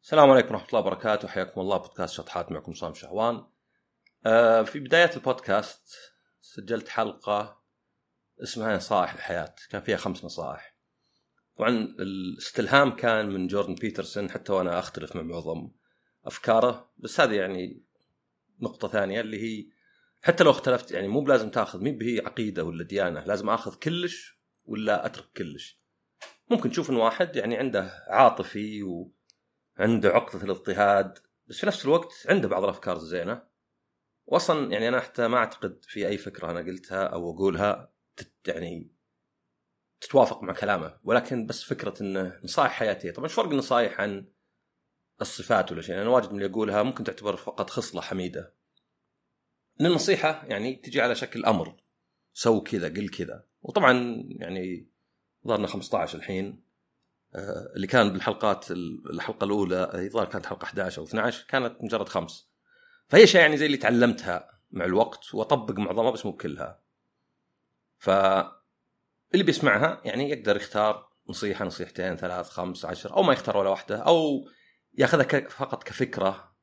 السلام عليكم ورحمة الله وبركاته. حياكم الله بودكاست شطحات، معكم صام شهوان. في بداية البودكاست سجلت حلقة اسمها نصائح الحياة، كان فيها 5 نصائح. طبعا الاستلهام كان من جوردن بيترسون، حتى وأنا أختلف مع معظم أفكاره، بس هذه يعني نقطة ثانية اللي هي حتى لو اختلفت يعني مو بلازم تأخذ مين به عقيدة ولا ديانة، لازم أخذ كلش ولا أترك كلش. ممكن تشوف إن واحد يعني عنده عاطفي عنده عقدة الاضطهاد، بس في نفس الوقت عنده بعض الأفكار الزينة. وأصلا يعني أنا حتى ما أعتقد في أي فكرة أنا قلتها أو أقولها يعني تتوافق مع كلامه، ولكن بس فكرة إنه نصائح حياتية. طبعا شو فرق النصائح عن الصفات ولا شيء؟ أنا واجد من اللي أقولها ممكن تعتبر فقط خصلة حميدة. إن النصيحة يعني تجي على شكل أمر، سو كذا قل كذا. وطبعا يعني ظهرنا 15 الحين، اللي كان بالحلقات الحلقة الأولى يظهر كانت حلقة 11 أو 12، كانت مجرد 5. فهي شيء يعني زي اللي تعلمتها مع الوقت وأطبق معظمها بس مو كلها. فاللي بيسمعها يعني يقدر يختار نصيحة، نصيحتين، 3، 5، 10، أو ما يختار ولا واحدة، أو يأخذها فقط كفكرة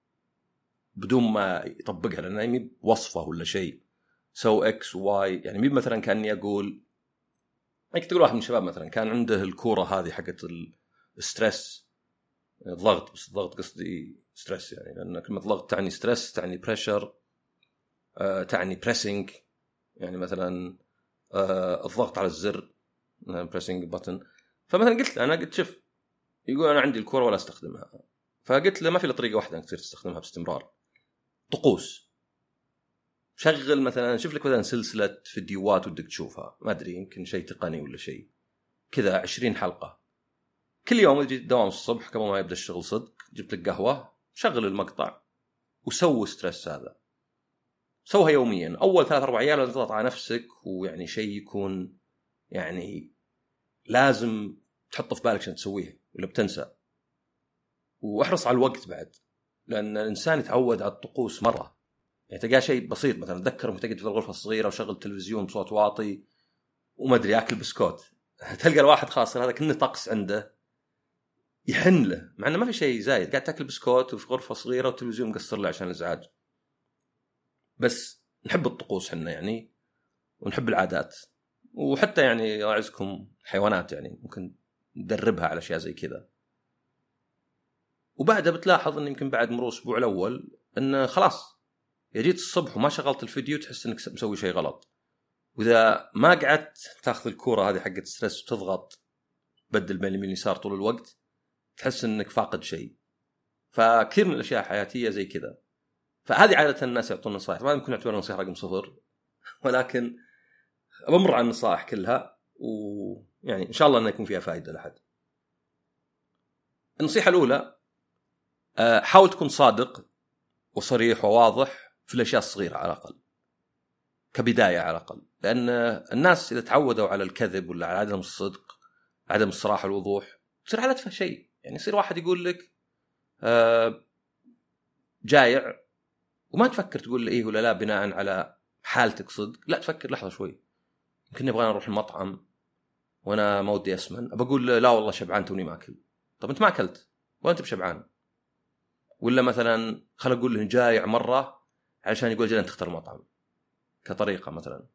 بدون ما يطبقها، لأنها مي وصفة ولا شيء سو إكس واي. يعني مي مثلا كأني أقول يعني تقول واحد من الشباب مثلا كان عنده الكورة هذه حقت الستريس، الضغط، بس الضغط قصدي ستريس، يعني لأن كلمة ضغط تعني ستريس، تعني بريشر، تعني بريسنج. يعني مثلا الضغط على الزر، بريسنج بutton. فمثلا قلت له، أنا قلت شوف، يقول أنا عندي الكورة ولا أستخدمها. فقلت له ما في إلا طريقة واحدة أنك تصير تستخدمها باستمرار: طقوس. شغل مثلا، شوف لك مثلا سلسلة فيديوهات ودك تشوفها، ما أدري يمكن شيء تقني ولا شيء كذا، 20 حلقة كل يوم. يجي الدوام الصبح قبل ما يبدأ الشغل صدق، جبت لك قهوة، شغل المقطع وسوي ستريس هذا، سوها يوميا. أول 3-4 أيام لازم تضغط على نفسك، ويعني شيء يكون يعني لازم تحطه في بالك عشان تسويه ولا بتنسى. واحرص على الوقت بعد، لأن الإنسان يتعود على الطقوس مرة. يعني تلقى شيء بسيط، مثلا تذكر متقعد في الغرفة الصغيرة وشغل التلفزيون بصوت واطي وما أدري يأكل بسكوت، تلقى الواحد خاص هذا كأنه طقس عنده يحن له، مع أنه ما في شيء زايد، قاعد تأكل بسكوت وفي غرفة صغيرة والتلفزيون مقصر له عشان الإزعاج. بس نحب الطقوس حنا يعني، ونحب العادات، وحتى يعني أعزكم حيوانات يعني ممكن ندربها على أشياء زي كذا. وبعدها بتلاحظ أن يمكن بعد مرور أسبوع الأول أن خلاص جيت الصبح وما شغلت الفيديو تحس أنك مسوي شيء غلط. وإذا ما قعدت تأخذ الكورة هذه حقت ستريس وتضغط بدل بين اليمين واليسار طول الوقت، تحس أنك فاقد شيء. فكثير من الأشياء حياتية زي كذا. فهذه عادة الناس يعطون نصائح، ما يمكن نعتبرها نصيحة رقم 0، ولكن بمر على النصائح كلها، ويعني إن شاء الله أن يكون فيها فائدة لحد. النصيحة الأولى: حاول تكون صادق وصريح وواضح في الأشياء الصغيرة على الأقل، كبداية على الأقل. لأن الناس إذا تعودوا على الكذب ولا على عدم الصدق، عدم الصراحة الوضوح، تصير عادتها شيء. يعني يصير واحد يقول لك جايع، وما تفكر تقول إيه ولا لا بناء على حالتك صدق، لا تفكر لحظة شوي، يمكن نبغى نروح المطعم وانا ما ودي اسمن، بقول لا والله شبعان توني ما اكل. طب انت ما اكلت وانت بشبعان. ولا مثلا خل اقول له جايع مره عشان يقول جل انت تختار مطعم كطريقه مثلا.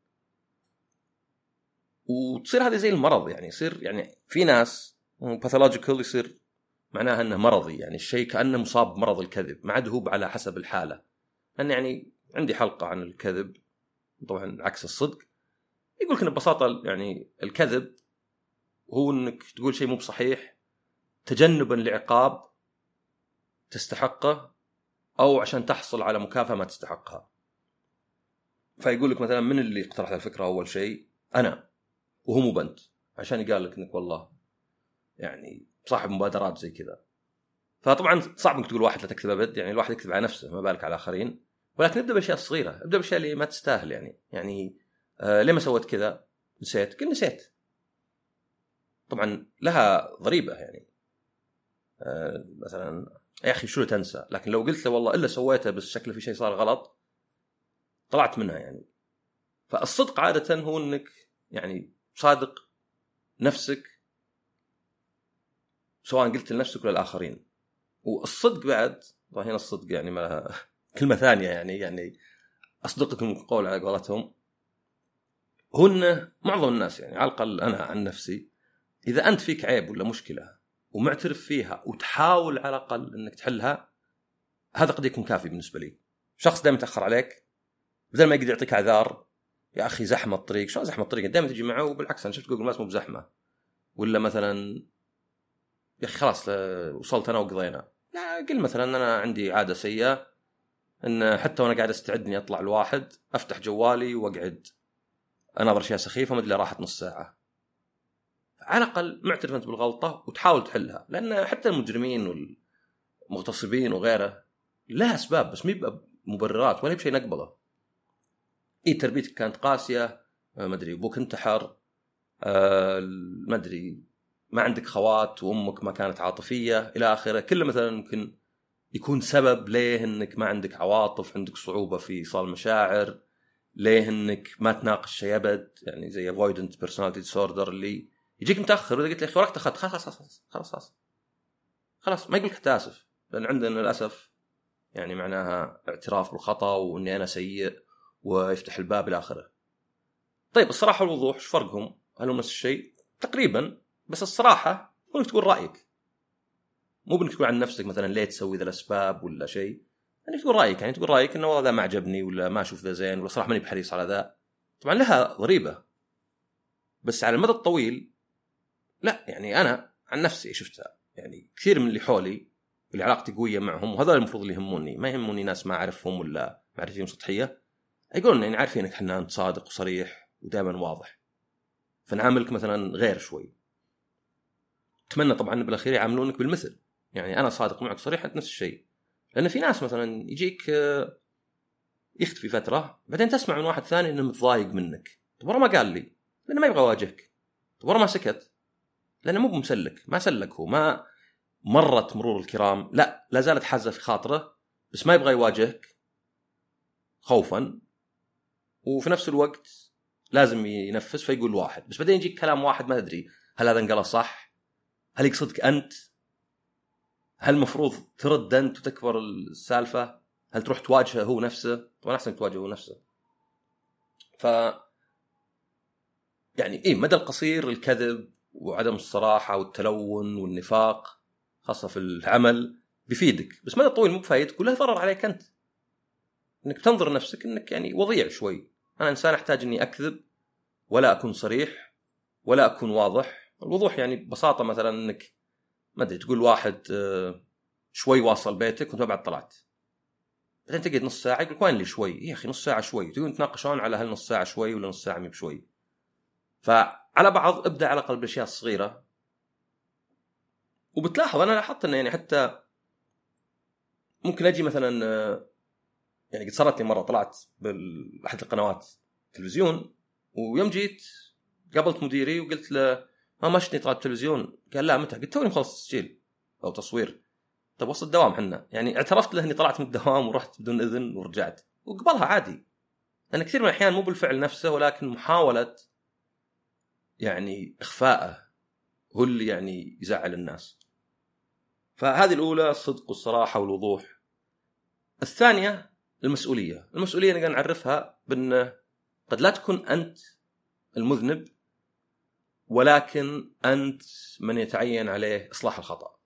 وتصير هذه زي المرض، يعني يصير يعني في ناس باثولوجيكال يصير معناها انه مرضي، يعني الشيء كانه مصاب بمرض الكذب، ما عاد هو على حسب الحاله. لان يعني عندي حلقه عن الكذب، طبعا عكس الصدق. يقول لك ببساطه يعني الكذب هو انك تقول شيء مو بصحيح تجنبا لعقاب تستحقه، او عشان تحصل على مكافأة ما تستحقها. فيقول لك مثلا من اللي اقترح الفكرة اول شيء؟ انا، وهو مو بنت، عشان يقال لك انك والله يعني صاحب مبادرات زي كذا. فطبعا صعب انك تقول واحد لا تكذب ابد، يعني الواحد يكذب على نفسه ما بالك على الاخرين. ولكن ابدا باشياء صغيره، ابدا باشياء اللي ما تستاهل. يعني ليه ما سويت كذا؟ نسيت، قل نسيت. طبعا لها ضريبه يعني، مثلا يا اخي شو تنسى، لكن لو قلت له والله الا سويته بس شكله في شيء صار غلط، طلعت منها يعني. فالصدق عاده هو انك يعني صادق نفسك، سواء قلت لنفسك ولا الاخرين. والصدق بعد هنا الصدق يعني ما كلمة ثانية يعني أصدقكم قول على قولتهم. هن معظم الناس يعني على الأقل أنا عن نفسي، إذا أنت فيك عيب ولا مشكلة ومعترف فيها وتحاول على الأقل أنك تحلها، هذا قد يكون كافي بالنسبة لي. شخص دائما يتأخر عليك بدل ما يقدر يعطيك اعذار، يا أخي زحمة الطريق، شو زحمة الطريق، دائما تجي معه وبالعكس أنا شفت جوجل ماس مو بزحمة، ولا مثلا يا أخي خلاص وصلت أنا وقضينا. لا قل مثلا أنا عندي عادة سيئة أن حتى وأنا قاعد أستعد إني أطلع الواحد أفتح جوالي وأقعد أناظر أشياء سخيفة ما أدري راحت نص ساعة. على الأقل معترف أنت بالغلطة وتحاول تحلها، لأن حتى المجرمين والمغتصبين وغيره لها أسباب بس مي مبررات ولا بشيء نقبله. إيه تربيتك كانت قاسية، ما أدري أبوك انتحر، ما أدري ما عندك خوات وأمك ما كانت عاطفية إلى آخره، كله مثلا ممكن يكون سبب ليه إنك ما عندك عواطف، عندك صعوبة في إيصال المشاعر، ليه إنك ما تناقش شيء أبد، يعني زي avoidant personality disorder اللي يجيك متأخر وإذا قلت لي أخي وراك تأخرت خلاص ما يقولك تاسف، لأن عندنا للأسف يعني معناها اعتراف بالخطأ وإني أنا سيء ويفتح الباب إلى آخره. طيب الصراحة والوضوح شو فرقهم؟ هل هم نفس الشيء؟ تقريبا، بس الصراحة هو إنك تقول رأيك، مو بإنك تقول عن نفسك مثلا ليه تسوي ذا الأسباب ولا شيء، يعني تقول رأيك، يعني تقول رأيك إنه والله ذا ما عجبني ولا ما أشوف ذا زين ولا صراحة ماني بحريص على ذا. طبعا لها ضريبة بس على المدى الطويل لا، يعني أنا عن نفسي شفتها، يعني كثير من اللي حولي اللي علاقتي قوية معهم وهذا المفروض اللي يهموني، ما يهموني ناس ما أعرفهم ولا معرفتهم سطحية، يقولون يعني عارفين إنك حنان صادق وصريح ودائما واضح، فنعاملك مثلا غير شوي. أتمنى طبعا بالأخير يعاملونك بالمثل، يعني أنا صادق معك صريح أنت نفس الشيء. لأن في ناس مثلا يجيك يختفي فترة بعدين تسمع من واحد ثاني إنه متضايق منك، طب ورا ما قال لي لأنه ما يبغى يواجهك، طب ورا ما سكت لأنه مو بمسلك، ما سلك هو، ما مرت مرور الكرام، لا زالت حازة في خاطره بس ما يبغى يواجهك خوفا، وفي نفس الوقت لازم ينفس فيقول واحد، بس بعدين يجيك كلام واحد ما تدري هل هذا انقال صح، هل يقصدك أنت، هل المفروض ترد أنت وتكبر السالفة، هل تروح تواجهه هو نفسه، طبعا أحسن تواجهه هو نفسه. يعني إيه مدى القصير الكذب وعدم الصراحة والتلون والنفاق خاصة في العمل بيفيدك، بس مدى الطويل مو بفايدك وله ضرر عليك أنت، إنك تنظر نفسك إنك يعني وضيع شوي. أنا إنسان أحتاج إني أكذب ولا أكون صريح ولا أكون واضح. الوضوح يعني ببساطة مثلا إنك ما أدري تقول واحد شوي واصل بيتك وأنت ما بعد طلعت، بعدين تقعد نص ساعة يقول وين لي شوي، يا أخي نص ساعة شوي، تقول تناقشون على هل نص ساعة شوي ولا نص ساعة مي بشوي. فعلى بعض ابدأ على قلب الأشياء الصغيرة، وبتلاحظ أنا لاحظت إنه يعني حتى ممكن أجي مثلا يعني قد صارت لي مرة طلعت بأحد القنوات تلفزيون، ويوم جيت قابلت مديري وقلت له ما شفني طلعت تلفزيون، قال لا متى، قلت توني مخلص تسجيل أو تصوير. طب وسط الدوام حنا، يعني اعترفت له اني طلعت من الدوام ورحت بدون اذن ورجعت، وقبلها عادي، لان كثير من الاحيان مو بالفعل نفسه ولكن محاوله يعني اخفاءه هو اللي يعني يزعل الناس. فهذه الاولى الصدق والصراحه والوضوح. الثانيه المسؤوليه نقدر نعرفها بان قد لا تكون انت المذنب ولكن انت من يتعين عليه اصلاح الخطأ.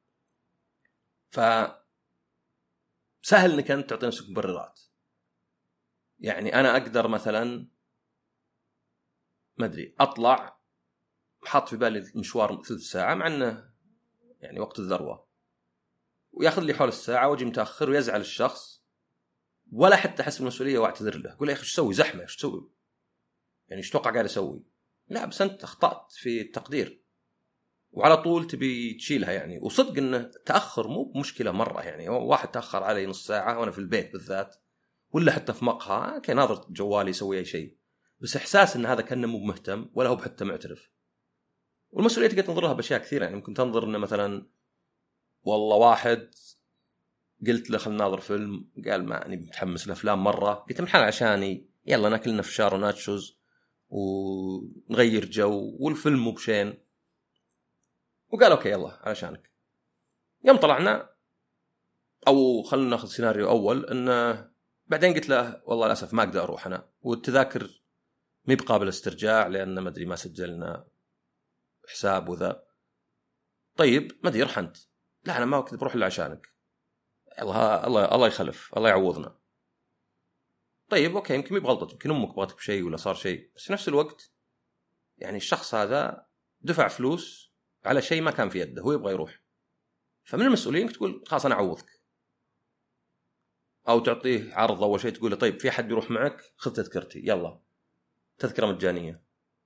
فسهل انك انت تعطي نفسك مبررات، يعني انا اقدر مثلا ما ادري اطلع حاط في بالي المشوار 3 ساعة مع انه يعني وقت الذروة، وياخذ لي حول الساعة واجي متاخر ويزعل الشخص ولا حتى احس بالمسؤولية واعتذر له، اقول يا اخي ايش تسوي زحمة، ايش تسوي يعني ايش توقع قاعد اسوي، لا بس انت اخطأت في التقدير وعلى طول تبي تشيلها يعني. وصدق انه تاخر مو مشكله مره، يعني واحد تاخر علي نص ساعه وانا في البيت بالذات ولا حتى في مقهى كان ناظر جوالي يسوي اي شيء، بس احساس ان هذا كانه مو مهتم ولا هو حتى معترف. والمسؤوليه تقدر تنظرها باشياء كثيره، يعني ممكن تنظر انه مثلا والله واحد قلت له خلينا ناظر فيلم، قال ما اني متحمس لافلام مره، قلت من حال عشاني يلا ناكلنا فشار وناتشوز ونغير جو والفيلم مو بشين، وقال اوكي يلا علشانك. يوم طلعنا او خلينا ناخذ سيناريو اول، انه بعدين قلت له والله للاسف ما اقدر اروح انا، والتذاكر مي بقابل استرجاع لان ما ادري ما سجلنا حساب وذا. طيب ما ادري روح انت. لا انا ما كنت بروح الا عشانك. الله يخلف، الله يعوضنا. طيب اوكي، يمكن مي بغلطتك، يمكن امك بغتك بشيء ولا صار شيء، بس في نفس الوقت يعني الشخص هذا دفع فلوس على شيء ما كان في يده، هو يبغى يروح. فمن المسؤولين انك تقول خلاص انا اعوضك، او تعطيه عرض اول شيء، تقول له طيب في حد بيروح معك، خذ تذكرتي يلا، تذكره مجانيه.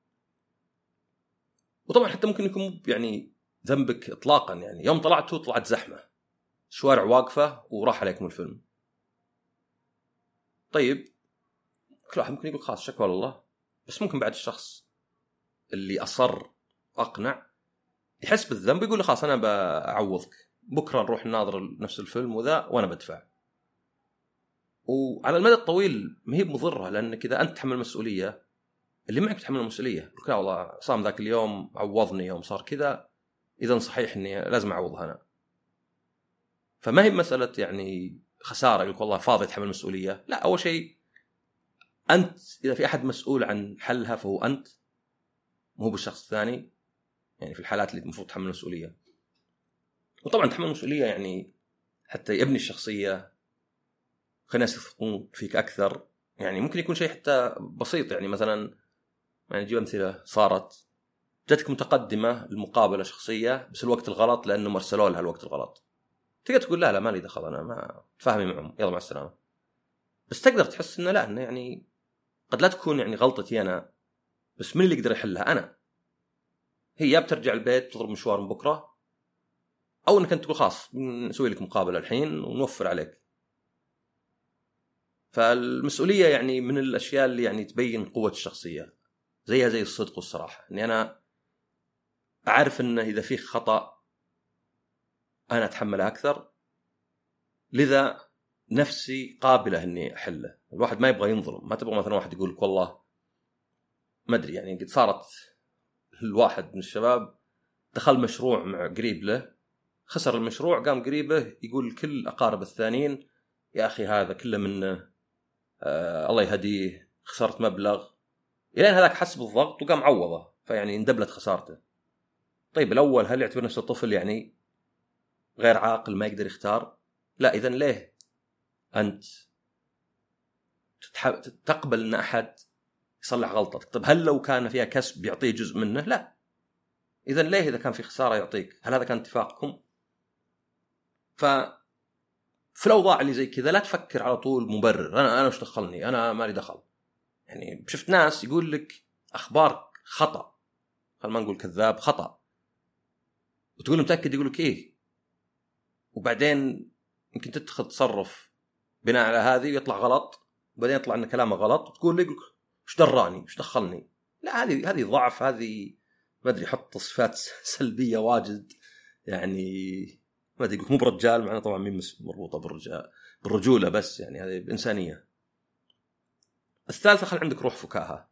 وطبعا حتى ممكن يكون يعني ذنبك اطلاقا، يعني يوم طلعت زحمه، الشوارع واقفه وراح عليكم الفيلم. طيب كل واحد ممكن يقول خلاص شكوى لله، بس ممكن بعد الشخص اللي اصر اقنع يحس بالذنب، يقول له خلاص انا بعوضك، بكره نروح نناظر نفس الفيلم وذا وانا بدفع. وعلى المدى الطويل ما هي مضره، لانك اذا انت تحمل المسؤوليه، اللي معك تحمل المسؤوليه. يقول لا والله صام ذاك اليوم عوضني يوم صار كذا، اذا صحيح اني لازم اعوضها انا. فما هي مساله يعني خساره يقول والله فاضي تحمل المسؤوليه. لا، اول شيء انت اذا في احد مسؤول عن حلها فهو انت، مو بالشخص الثاني، يعني في الحالات اللي المفروض تحمل المسؤوليه. وطبعا تحمل المسؤوليه يعني حتى يبني الشخصيه، خلينا يثقون فيك اكثر. يعني ممكن يكون شيء حتى بسيط، يعني مثلا يعني نجيب امثله صارت، جاتك متقدمه المقابله شخصيه بس الوقت الغلط لانه ارسلوا لها الوقت الغلط، تقدر تقول لا ما لي دخل، انا ما فاهمي معهم، يلا مع السلامه. بس تقدر تحس انه لا، انه يعني قد لا تكون يعني غلطتي انا، بس من اللي يقدر يحلها؟ انا. هي يا بترجع البيت تضرب مشوار من بكره، او انك انت تقول خلاص نسوي لك مقابله الحين ونوفر عليك. فالمسؤوليه يعني من الاشياء اللي يعني تبين قوه الشخصيه، زيها زي الصدق والصراحه. اني انا اعرف انه اذا فيه خطا انا اتحمله اكثر، لذا نفسي قابله اني احله. الواحد ما يبغى ينظلم، ما تبغى مثلا واحد يقول لك والله ما ادري، يعني قد صارت الواحد من الشباب دخل مشروع مع قريب له، خسر المشروع، قام قريبه يقول كل اقارب الثانيين يا اخي هذا كله منه، الله يهديه، خسرت مبلغ، الين هذاك حس بالضغط وقام عوضه، فيعني اندبلت خسارته. طيب الاول هل يعتبر نفسه طفل يعني غير عاقل ما يقدر يختار؟ لا. اذا ليه انت تقبل ان احد يصلح غلطتك؟ طب هل لو كان فيها كسب يعطيه جزء منه؟ لا. اذا ليه اذا كان في خساره يعطيك؟ هل هذا كان اتفاقكم؟ في الأوضاع اللي زي كذا لا تفكر على طول مبرر، أنا وش دخلني، أنا مالي دخل. يعني شفت ناس يقول لك أخبار خطأ، خل ما نقول كذاب، خطأ، وتقول متأكد، يقول لك إيه، وبعدين يمكن تتخذ تصرف بناء على هذه ويطلع غلط، وبعدين يطلع أن كلامه غلط، وتقول لك وش دراني، وش دخلني. لا، هذه ضعف، هذه ما أدري، حط صفات سلبية واجد، يعني ما أدري، مو برجال، معنا طبعا مين مربوطة بالرجولة، بس يعني هذه إنسانية. الثالثة، خل عندك روح فكاهة.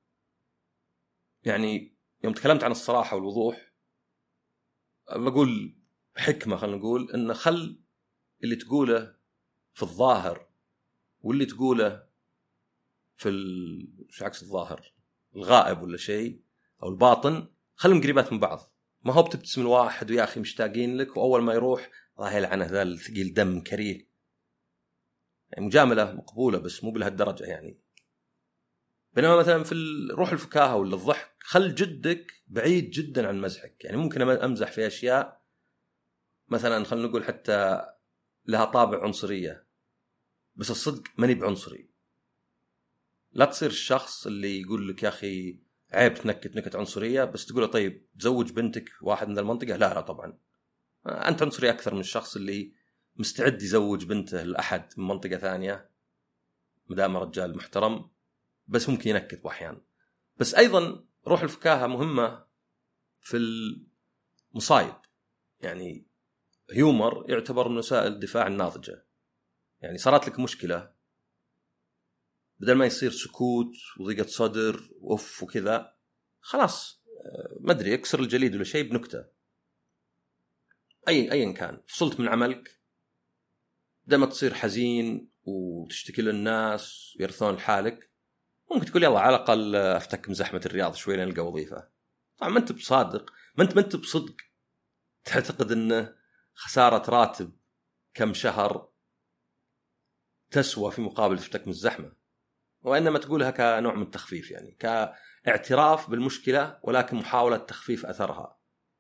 يعني يوم تكلمت عن الصراحة والوضوح، بقول حكمة، خلنا نقول إن خل اللي تقوله في الظاهر واللي تقوله في شو عكس الظاهر، الغائب ولا شيء، أو الباطن، خلهم قريبات من بعض. ما هو بتبتسم الواحد ويا أخي مشتاقين لك، وأول ما يروح الله يلعنه ذا الثقيل دم كريه. يعني مجاملة مقبولة بس مو بهالدرجة يعني. بينما مثلا في روح الفكاهة ولا الضحك، خل جدك بعيد جدا عن مزحك. يعني ممكن أمزح في أشياء مثلا خلنا نقول حتى لها طابع عنصرية، بس الصدق ماني بعنصري. لا تصير الشخص اللي يقول لك يا أخي عيب تنكت نكت عنصرية، بس تقوله طيب تزوج بنتك واحد من المنطقة. لا طبعا أنت عنصري أكثر من الشخص اللي مستعد يزوج بنته لأحد من منطقة ثانية مدام رجال محترم، بس ممكن ينكت بأحيان. بس أيضا روح الفكاهة مهمة في المصايب. يعني هيومر يعتبر من وسائل الدفاع الناضجة. يعني صارت لك مشكلة، بدل ما يصير سكوت وضيقة صدر وأف وكذا، خلاص ما أدري اكسر الجليد ولا شيء بنكتة. أيا كان، فصلت من عملك، دائما تصير حزين وتشتكي للناس ويرثون لحالك، ممكن تقول يلا على الأقل أفتك من زحمة الرياض شوي لين ألقى وظيفة. طبعا ما أنت بصادق، ما أنت بصدق تعتقد أن خسارة راتب كم شهر تسوى في مقابل تفتك من الزحمة، وإنما تقولها كنوع من التخفيف، يعني كاعتراف بالمشكلة ولكن محاولة تخفيف أثرها.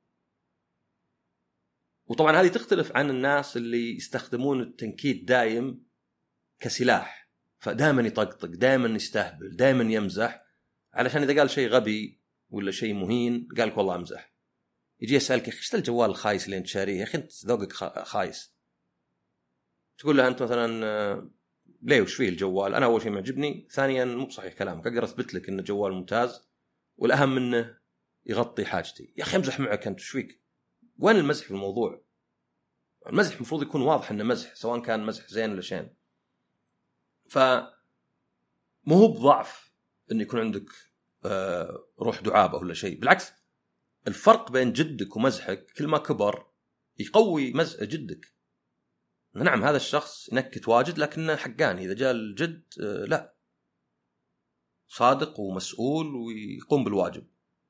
وطبعا هذه تختلف عن الناس اللي يستخدمون التنكيد دايم كسلاح، فدائما يطقطق، دائما يستهبل، دائما يمزح، علشان إذا قال شيء غبي ولا شيء مهين قال لك والله أمزح. يجي يسألك يا أخي إيش الجوال الخايس اللي أنت شاريه؟ يا أخي أنت ذوقك خايس. تقول له أنت مثلا ليه وش فيه الجوال؟ أنا أول شيء معجبني، ثانيا مو بصحيح كلامك، أقدر أثبت لك إن الجوال ممتاز والأهم منه يغطي حاجتي. يا أخي أمزح معك أنت، وش فيك؟ وين المزح في الموضوع؟ المزح مفروض يكون واضح إنه مزح، سواء كان مزح زين ولا شين. فمو هو بضعف إن يكون عندك روح دعابة ولا شيء، بالعكس الفرق بين جدك ومزحك كل ما كبر يقوي مزح جدك. نعم هذا الشخص ينكت واجد لكنه حقاني، إذا جاء الجد لا، صادق ومسؤول ويقوم بالواجب.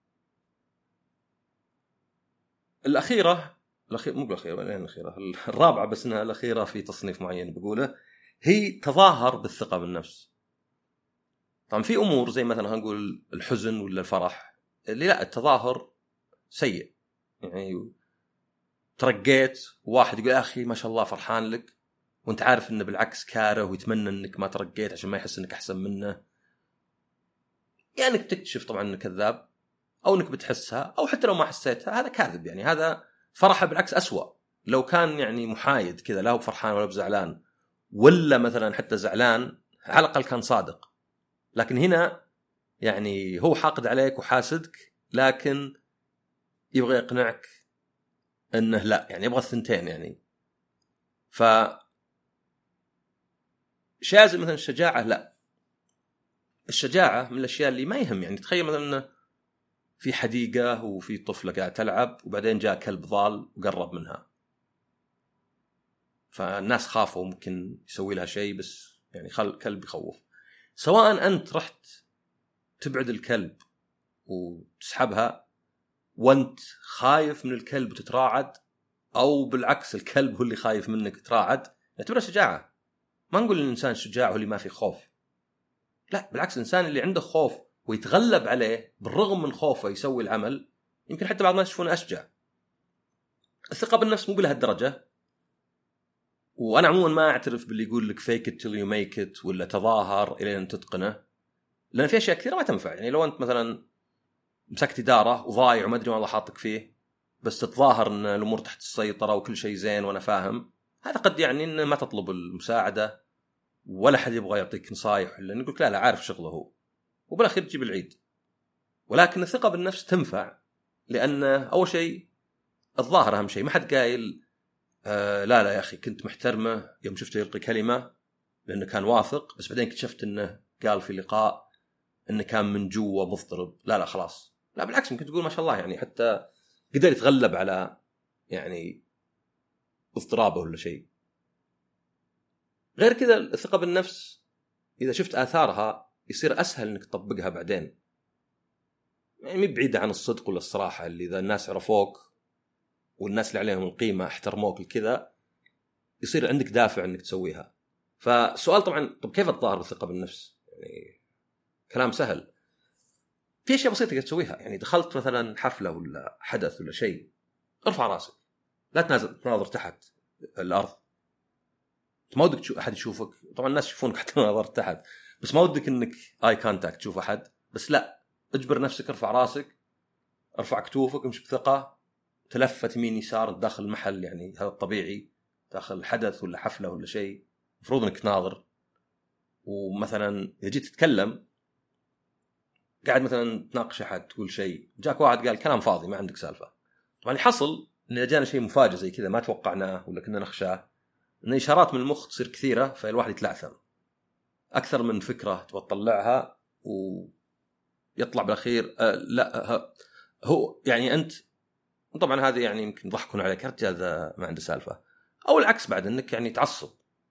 الأخيرة مو بالأخيرة ولا الأخيرة، الرابعة بس إنها الأخيرة في تصنيف معين بقوله، هي تظاهر بالثقة بالنفس. طبعا في أمور زي مثلا هنقول الحزن ولا الفرح اللي لا التظاهر سيء، يعني ترقيت واحد يقول يا أخي ما شاء الله فرحان لك وانت عارف انه بالعكس كاره ويتمنى انك ما ترقيت عشان ما يحس انك احسن منه، يعني انك بتكتشف طبعا انه كذاب، او انك بتحسها، او حتى لو ما حسيتها هذا كاذب. يعني هذا فرحه بالعكس أسوأ. لو كان يعني محايد كذا، لا هو فرحان ولا بزعلان ولا مثلا حتى زعلان، على الاقل كان صادق. لكن هنا يعني هو حاقد عليك وحاسدك، لكن يبغى يقنعك انه لا، يعني يبغى الثنتين. يعني ف شاذ مثلا الشجاعة، لا، الشجاعة من الأشياء اللي ما يهم. يعني تخيل مثلا في حديقة وفي طفلة قاعدة تلعب وبعدين جاء كلب ضال وقرب منها، فالناس خافوا ممكن يسوي لها شيء، بس يعني كلب يخوف. سواء أنت رحت تبعد الكلب وتسحبها وأنت خايف من الكلب وتتراعد، أو بالعكس الكلب هو اللي خايف منك تراعد، نعتبرها شجاعة. ما نقول الإنسان شجاع هو اللي ما في خوف، لا بالعكس، الإنسان اللي عنده خوف ويتغلب عليه بالرغم من خوفه يسوي العمل، يمكن حتى بعض الناس يشوفونه أشجع. الثقة بالنفس مو بلهالدرجة. وأنا عموما ما أعترف باللي يقول لك fake it till you make it ولا تظاهر إلى أن تتقنه، لأن في أشياء كثيرة ما تنفع. يعني لو أنت مثلا مسكت إدارة وضايع وما أدري ما الله حاطك فيه، بس تتظاهر أن الأمور تحت السيطرة وكل شيء زين وأنا فاهم، هذا قد يعني أن ما تطلب المساعدة ولا حد يبغى يعطيك نصايح، لأن يقولك لا عارف شغله هو، وبالأخير تجيب العيد. ولكن الثقة بالنفس تنفع، لأن أول شيء الظاهر أهم شيء. ما حد قايل لا يا أخي كنت محترمة يوم شفته يلقي كلمة لأنه كان واثق، بس بعدين اكتشفت أنه قال في لقاء أنه كان من جوا مضطرب. لا خلاص، لا بالعكس، ممكن تقول ما شاء الله يعني حتى قدر يتغلب على يعني اضطرابه ولا شيء. غير كذا الثقة بالنفس إذا شفت آثارها يصير أسهل أنك تطبقها بعدين. يعني بعيدة عن الصدق ولا الصراحة، اللي إذا الناس عرفوك والناس اللي عليهم القيمة احترموك الكذا يصير عندك دافع أنك تسويها. فالسؤال طبعا طب كيف تظهر بالثقة بالنفس؟ يعني كلام سهل، في أشياء بسيطة تسويها. يعني دخلت مثلا حفلة ولا حدث ولا شيء، ارفع راسك، لا تناظر تحت الأرض. ما ودك أحد يشوفك، طبعا الناس يشوفونك حتى نظرت تحت، بس ما ودك انك اي كونتاكت تشوف احد، بس لا، اجبر نفسك، ارفع راسك، ارفع كتوفك، امشي بثقة، تلفت يمين يسار داخل المحل. يعني هذا الطبيعي داخل حدث ولا حفلة ولا شيء، مفروض انك تناظر. ومثلا اذا جيت تتكلم قاعد مثلا تناقش احد تقول شيء، جاك واحد قال كلام فاضي ما عندك سالفة، طبعا يحصل ان اذا جانا شيء مفاجئ زي كذا ما توقعناه ولا كنا نخشاه، ان اشارات من المخ تصير كثيرة فالواحد يتلعثم أكثر من فكرة تبغى تطلعها ويطلع بالأخير لا هو يعني أنت. طبعا هذه يعني يمكن ضحكون عليك، رجال هذا ما عنده سالفة، أو العكس بعد أنك يعني تعصب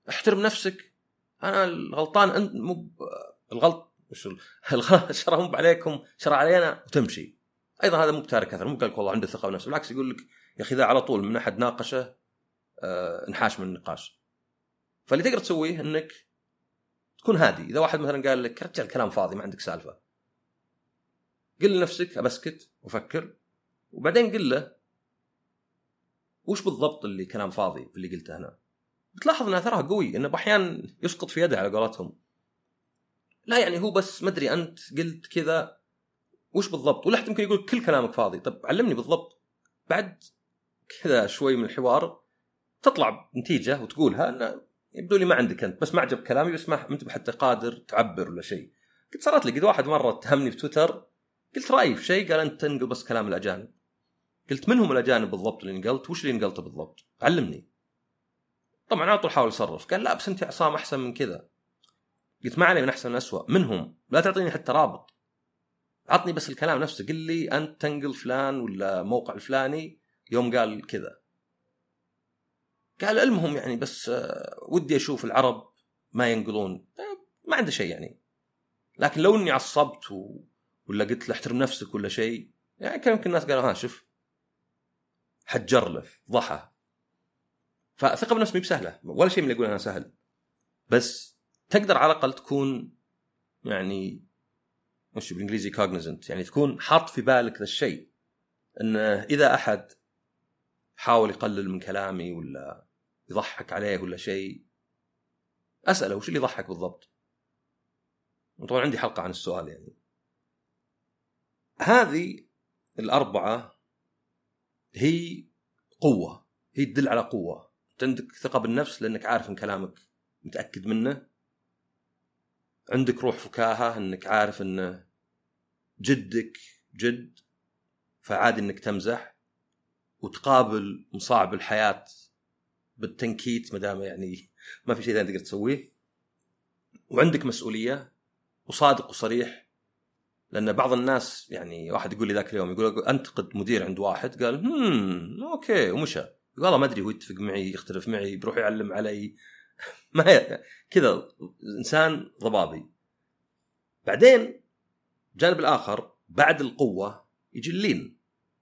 احترم نفسك، انا الغلطان، انت مو الغلط، وش الشرع مو عليكم شرع علينا، وتمشي. ايضا هذا مو بتارك اثر، مو قال لك والله عنده ثقه بنفسه، بالعكس يقول لك يا اخي ذا على طول من احد ناقشه انحاش من النقاش. فاللي تقدر تسويه انك تكون هادي. اذا واحد مثلا قال لك رجع الكلام فاضي ما عندك سالفه، قل لنفسك ابسكت وفكر، وبعدين قل له وش بالضبط اللي كلام فاضي في اللي قلته هنا. بتلاحظ ان اثرها قوي، انه باحيان يسقط في يده على قولتهم. لا يعني هو بس مدري انت قلت كذا وش بالضبط، ولا حتى يمكن يقول كل كلامك فاضي، طب علمني بالضبط. بعد كذا شوي من الحوار تطلع نتيجه وتقولها، انه يبدو لي ما عندك انت، بس ما عجب كلامي، بس ما انت حتى قادر تعبر ولا شيء. قلت صارت لي قد واحد مره اتهمني في تويتر، قلت رايي في شيء قال انت تنقل بس كلام الاجانب. قلت منهم الاجانب بالضبط اللي نقلت، وش اللي نقلته بالضبط، علمني. طبعا على طول حاول يصرف، قال لا بس انت عصام احسن من كذا. قلت ما علي من احسن أسوأ منهم، لا تعطيني حتى رابط، عطني بس الكلام نفسه، قل لي انت تنقل فلان ولا موقع الفلاني يوم قال كذا. قال المهم يعني بس ودي اشوف العرب ما ينقلون، ما عنده شيء يعني. لكن لو اني عصبت ولا قلت له احترم نفسك ولا شيء، يعني كان يمكن الناس قالوا ها شوف حجر له ضحى. فثقة بالنفس مي بسهلة ولا شيء من اللي يقول أنا سهل، بس تقدر على الأقل تكون يعني وش بالإنجليزي cognizant، يعني تكون حاط في بالك ذا الشيء، إن إذا أحد حاول يقلل من كلامي ولا يضحك عليه ولا شيء، أسأله وش اللي يضحك بالضبط. وطبعا عندي حلقة عن السؤال. يعني هذه الأربعة هي قوة، هي تدل على قوة. عندك ثقة بالنفس لأنك عارف إن كلامك متأكد منه، عندك روح فكاهة انك عارف انه جدك جد، فعادي انك تمزح وتقابل مصاعب الحياة بالتنكيت مدام يعني ما في شيء ثاني تقدر تسويه. وعندك مسؤولية وصادق وصريح، لأن بعض الناس يعني واحد يقول لي ذاك اليوم يقول أنتقد مدير عند واحد، قال أوكي ومشى، والله ما أدري هو يتفق معي يختلف معي بيروح يعلم علي ما كذا إنسان ضبابي. بعدين الجانب الآخر بعد القوة يجي اللين.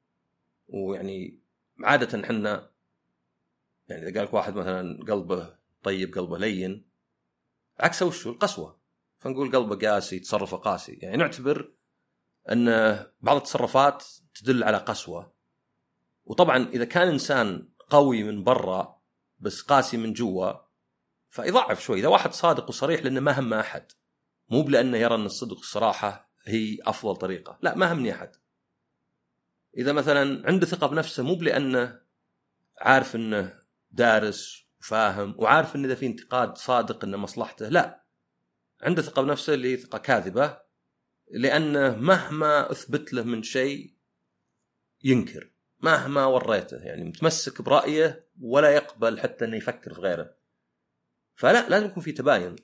ويعني عادة حنا يعني إذا قالك واحد مثلا قلبه طيب قلبه لين، عكسه وشو القسوة، فنقول قلبه قاسي تصرفه قاسي. يعني نعتبر أن بعض التصرفات تدل على قسوة. وطبعا إذا كان إنسان قوي من برا بس قاسي من جوا فيضعف شوي. إذا واحد صادق وصريح لأنه ما هم أحد، مو بلأنه يرى أن الصدق والصراحة هي أفضل طريقة، لا ما همني أحد. إذا مثلا عنده ثقة بنفسه مو بلأنه عارف أنه دارس وفاهم وعارف أن إذا في انتقاد صادق أنه مصلحته، لا عنده ثقة بنفسه اللي هي ثقة كاذبة، لأنه مهما أثبت له من شيء ينكر، مهما وريته يعني متمسك برأيه ولا يقبل حتى أنه يفكر في غيره. فلا لازم يكون في تباين.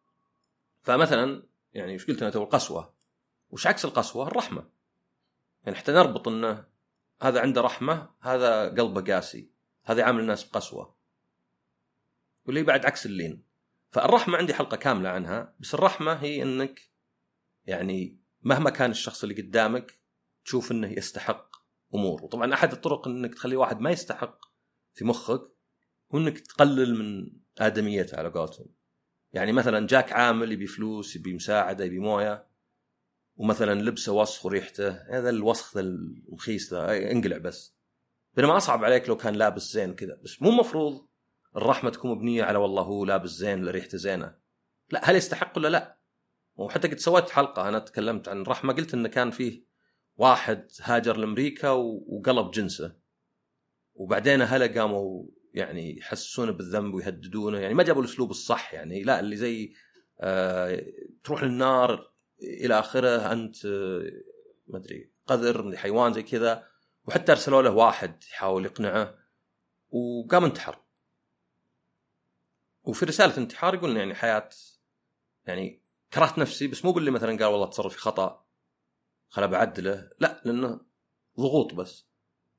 فمثلا يعني وش قلت أنا تو القسوة، وش عكس القسوة؟ الرحمة. يعني حتى نربط أنه هذا عنده رحمة هذا قلبه قاسي، هذا عامل الناس بقسوة، واللي بعد عكس اللين. فالرحمة عندي حلقة كاملة عنها، بس الرحمة هي أنك يعني مهما كان الشخص اللي قدامك تشوف أنه يستحق أمور. وطبعا أحد الطرق أنك تخلي واحد ما يستحق في مخك هو أنك تقلل من آدميته على قولتهم. يعني مثلا جاك عامل يبي فلوس يبي مساعدة يبي موية، ومثلا لبسه وسخ وريحته، هذا الوسخ ذا الرخيص ذا انقلع بس. بينما أصعب عليك لو كان لابس زين كذا. بس مو مفروض الرحمة تكون مبنية على والله هو لابس زين لريحته زينة، لا هل يستحق ولا لا. وحتى قد سويت حلقة أنا تكلمت عن الرحمة، قلت إن كان فيه واحد هاجر لأمريكا وقلب جنسه، وبعدين أهله قاموا يعني يحسسونه بالذنب ويهددونه، يعني ما جابوا الأسلوب الصح، يعني لا اللي زي تروح للنار إلى آخره، أنت ما أدري قذر من حيوان زي كذا. وحتى أرسلوا له واحد يحاول يقنعه وقام انتحر. وفي رسالة انتحار يقول يعني حياة يعني كرهت نفسي، بس مو باللي مثلا قال والله تصرفي خطأ خلا بعدله، لا لأنه ضغوط بس.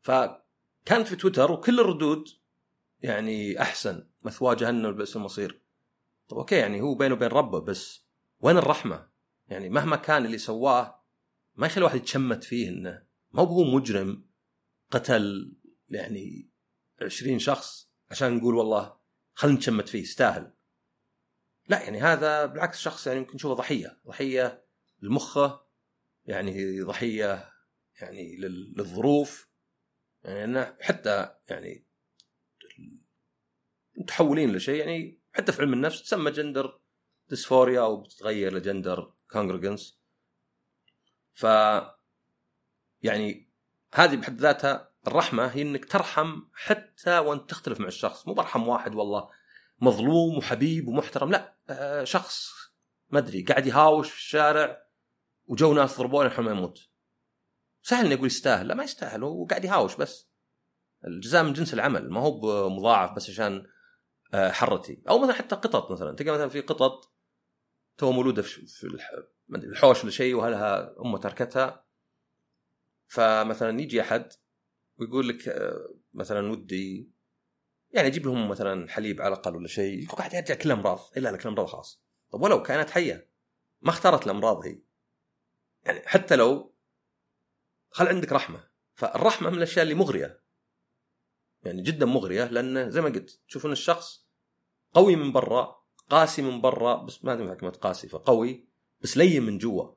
فكانت في تويتر وكل الردود يعني أحسن مثوى جهنم بئس المصير. طب اوكي يعني هو بينه وبين ربه، بس وين الرحمه؟ يعني مهما كان اللي سواه ما يخلي واحد يتشمت فيه، انه ما هو مجرم قتل يعني 20 شخص عشان نقول والله خلينا نتشمت فيه يستاهل. لا يعني هذا بالعكس شخص يعني يمكن نشوفه ضحيه لمخه، يعني ضحيه يعني للظروف، يعني أنه حتى يعني متحولين لشيء، يعني حتى في علم النفس تسمى جندر ديسفوريا أو بتتغير لجندر كونغرجنس. ف يعني هذه بحد ذاتها الرحمة، هي أنك ترحم حتى وأنت تختلف مع الشخص. مو برحم واحد والله مظلوم وحبيب ومحترم، لا شخص ما أدري قاعد يهاوش في الشارع وجو ناس ضربونه لحد ما يموت، سهل إني أقول يستاهل؟ لا ما يستاهل، هو قاعد يهاوش بس. الجزاء من جنس العمل، ما هو مضاعف بس عشان حرتي. أو مثلا حتى قطط، مثلا تلقى مثلا في قطط تو مولودة في الحوش ولا شيء وهلها أمه تركتها، فمثلا يجي أحد ويقول لك مثلا ودي يعني أجيب لهم مثلا حليب على الأقل ولا شيء، يقول قاعد يرجع كل أمراض إلا لك الأمراض خاص. طب ولو كانت حية ما اختارت الأمراض هي، يعني حتى لو خل عندك رحمة. فالرحمة من الأشياء اللي مغرية، يعني جدا مغرية، لأن زي ما قلت تشوفون الشخص قوي من برا قاسي من برا، بس ما تنفع كلمة قاسي، فقوي بس لين من جوا،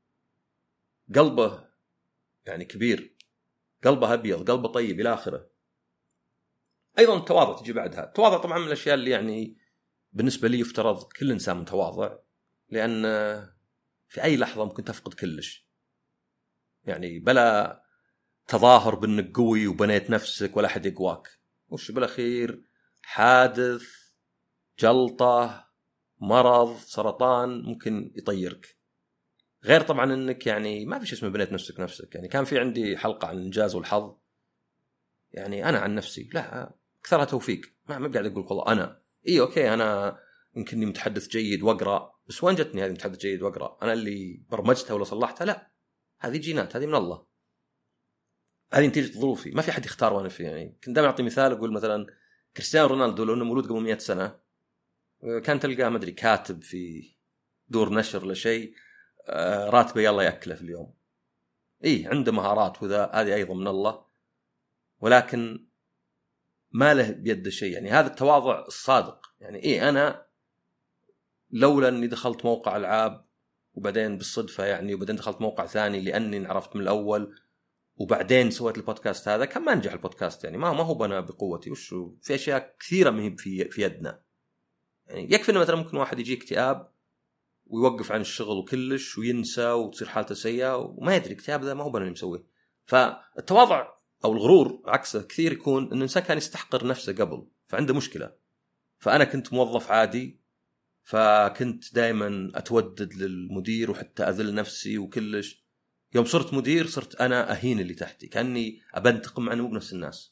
قلبه يعني كبير، قلبه أبيض، قلبه طيب إلى آخره. أيضا التواضع تجي بعدها. التواضع طبعا من الأشياء اللي يعني بالنسبة لي يفترض كل إنسان متواضع، لأن في أي لحظة ممكن تفقد كلش، يعني بلا تظاهر بأنك قوي وبنيت نفسك ولا أحد يقواك، وش بالأخير حادث، جلطة، مرض، سرطان ممكن يطيرك. غير طبعا أنك يعني ما في شيء اسمه بنيت نفسك. يعني كان في عندي حلقة عن الإنجاز والحظ، يعني أنا عن نفسي لا أكثرها توفيق، ما قاعد أقول والله أنا أوكي أنا يمكنني متحدث جيد وأقرأ، بس وين جتني هذه متحدث جيد وأقرأ؟ أنا اللي برمجتها ولا صلحتها؟ لا، هذه جينات، هذه من الله، هذه نتيجة ظروفي، ما في حد يختار وأنا في. يعني كنت دائما أعطي مثال أقول مثلا كريستيانو رونالدو لو أنه مولود قبل 100 سنة كان تلقاه مدري كاتب في دور نشر لشيء راتبه يلا يأكله في اليوم. عنده مهارات وذا، هذه أيضا من الله، ولكن ما له بيد شيء. يعني هذا التواضع الصادق. يعني أنا لولا أني دخلت موقع ألعاب وبعدين بالصدفة يعني وبعدين دخلت موقع ثاني لأني عرفت من الأول وبعدين سويت البودكاست هذا، كان ما نجح البودكاست. يعني ما هو بنا بقوتي، وشو في أشياء كثيرة مهي في يدنا. يعني يكفي إنه مثلا ممكن واحد يجي اكتئاب ويوقف عن الشغل وكلش وينسى وتصير حالته سيئة وما يدري الاكتئاب ذا ما هو بنا اللي مسويه. فالتواضع أو الغرور عكسه كثير يكون إن الإنسان كان يستحقر نفسه قبل فعنده مشكلة. فأنا كنت موظف عادي، فكنت دائما أتودد للمدير وحتى أذل نفسي وكلش. يوم صرت مدير صرت أنا أهين اللي تحتي، كأني أبنتقم عنه بنفس الناس.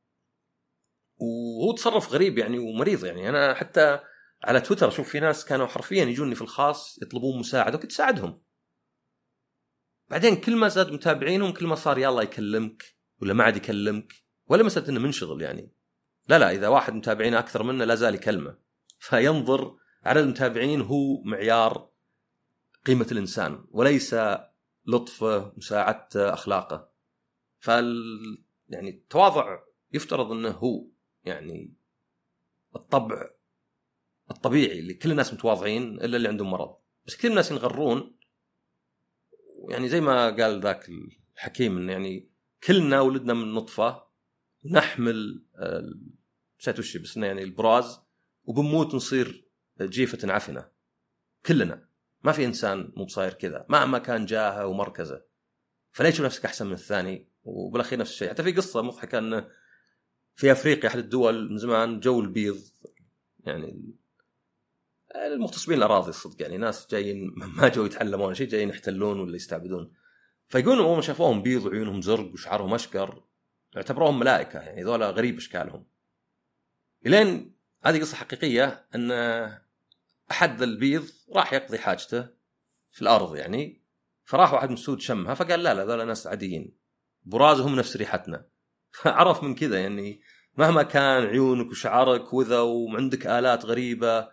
وهو تصرف غريب يعني ومريض. يعني أنا حتى على تويتر أشوف في ناس كانوا حرفيا يجوني في الخاص يطلبون مساعدة وكنت أساعدهم، بعدين كل ما زاد متابعينهم كل ما صار يلا يكلمك ولا ما عاد يكلمك، ولا مسألة إنه منشغل يعني، لا إذا واحد متابعينه أكثر منه لا زال يكلمه. فينظر عدد المتابعين هو معيار قيمة الإنسان وليس لطفه مساعدته أخلاقه. يعني التواضع يفترض أنه هو يعني الطبع الطبيعي اللي كل الناس متواضعين إلا اللي عندهم مرض. بس كثير الناس ينغرون، يعني زي ما قال ذاك الحكيم إن يعني كلنا ولدنا من نطفة نحمل ساتوشي بس يعني البراز وبنموت نصير جيفة عفنة. كلنا، ما في إنسان مو بصاير كذا مهما كان جاهه ومركزه. فليش نفسك أحسن من الثاني؟ وبالأخير نفس الشيء. حتى في قصة مضحكة أن في أفريقيا أحد الدول من زمان جو البيض، يعني المغتصبين الأراضي الصدق، يعني ناس جايين ما جو يتعلمون شيء، جايين يحتلون ولا يستعبدون. فيقولون أول ما شافوهم بيض وعيونهم زرق وشعرهم أشقر اعتبروهم ملائكة، يعني ذولا غريب أشكالهم. إلين هذه قصة حقيقية أن أحد البيض راح يقضي حاجته في الأرض يعني، فراح واحد مسود شمها فقال لا ذولا ناس عاديين برازهم نفس ريحتنا. فعرف من كذا يعني مهما كان عيونك وشعرك وذا وعندك آلات غريبة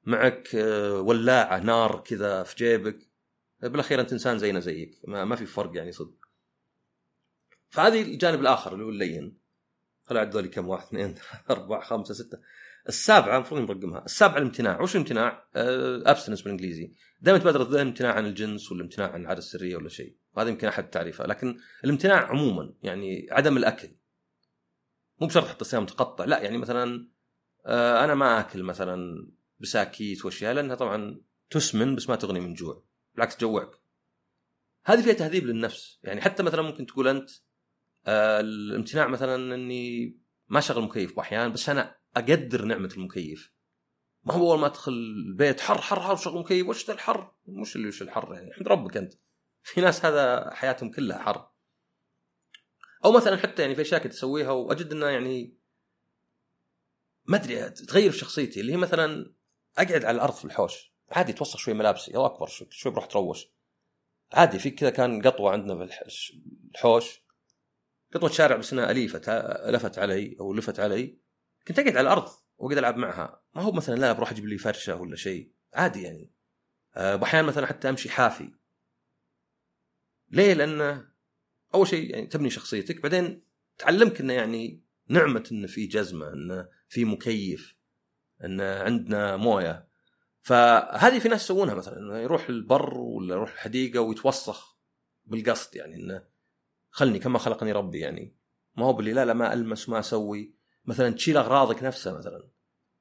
معك ولاعة نار كذا في جيبك، بالاخير انت انسان زينا زيك، ما في فرق يعني صدق. فهذه الجانب الاخر اللي هو اللين. خلوا عدوا لي كم، 1 2 4 5 6 السابعه المفروض نرقمها. السابعه الامتناع. وش الامتناع؟ ابستنس بالانجليزي. دائما تبادر الذهن امتناع عن الجنس ولا امتناع عن العاده السريه ولا شيء، وهذا يمكن احد تعريفه. لكن الامتناع عموما يعني عدم الاكل، مو بشرط حتى صيام متقطع، لا يعني مثلا انا ما اكل مثلا بساكيت واشياء، لانها طبعا تسمن بس ما تغني من جوع، بالعكس تجوعك. هذه فيها تهذيب للنفس. يعني حتى مثلا ممكن تقول انت الامتناع مثلا اني ما شغل مكيف باحيان، بس انا اقدر نعمه المكيف. ما هو اول ما ادخل البيت حر حر حر شغل مكيف، وش ذا الحر؟ مش اللي وش الحر يعني، احمد ربك انت. في ناس هذا حياتهم كلها حر. او مثلا حتى يعني في اشياء تسويها واجد انها يعني ما ادري تغير في شخصيتي، اللي هي مثلا اقعد على الارض في الحوش عادي، توسخ شوي ملابسي او اكبر شوي بروح تروش عادي. في كذا كان قطوه عندنا في الحوش، قطوه شارع بس انها اليفه لفت علي، كنت اقعد على الارض واقعد العب معها. ما هو مثلا لا بروح اجيب لي فرشه ولا شيء، عادي يعني. باحيان مثلا حتى امشي حافي. ليه؟ لانه اول شيء يعني تبني شخصيتك، بعدين تعلمك انه يعني نعمه انه في جزمه، انه في مكيف، انه عندنا مويه. فهذه في ناس يسوونها مثلا انه يروح البر ولا يروح الحديقه ويتوسخ بالقصد، يعني انه خلني كما خلقني ربي، يعني ما هو باللي لا ما المس ما اسوي. مثلا تشيل اغراضك نفسها، مثلا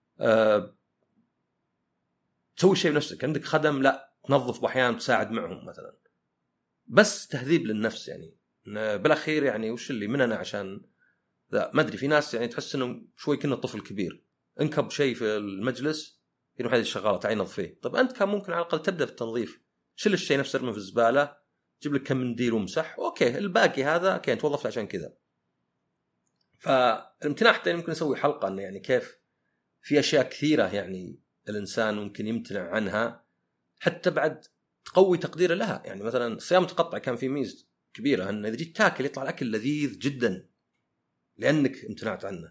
تسوي شيء بنفسك، عندك خدم لا تنظف باحيان تساعد معهم مثلا، بس تهذيب للنفس. يعني بالاخير يعني وش اللي مننا عشان لا ما ادري. في ناس يعني تحس انه شوي كنا طفل كبير، انكب شيء في المجلس يروح هذه الشغاله تعي نظفيه. طب انت كان ممكن على الاقل تبدا في التنظيف، شيل الشيء نفسه ارمه في الزباله، جيب لك كم منديل ومسح، اوكي الباقي هذا اوكي توظفت عشان كذا. فالامتناع حتى ممكن نسوي حلقه انه يعني كيف في اشياء كثيره يعني الانسان ممكن يمتنع عنها حتى بعد تقوي تقديره لها. يعني مثلا الصيام المتقطع كان فيه ميزه كبيره، ان اذا جيت تاكل يطلع الاكل لذيذ جدا لانك امتنعت عنه.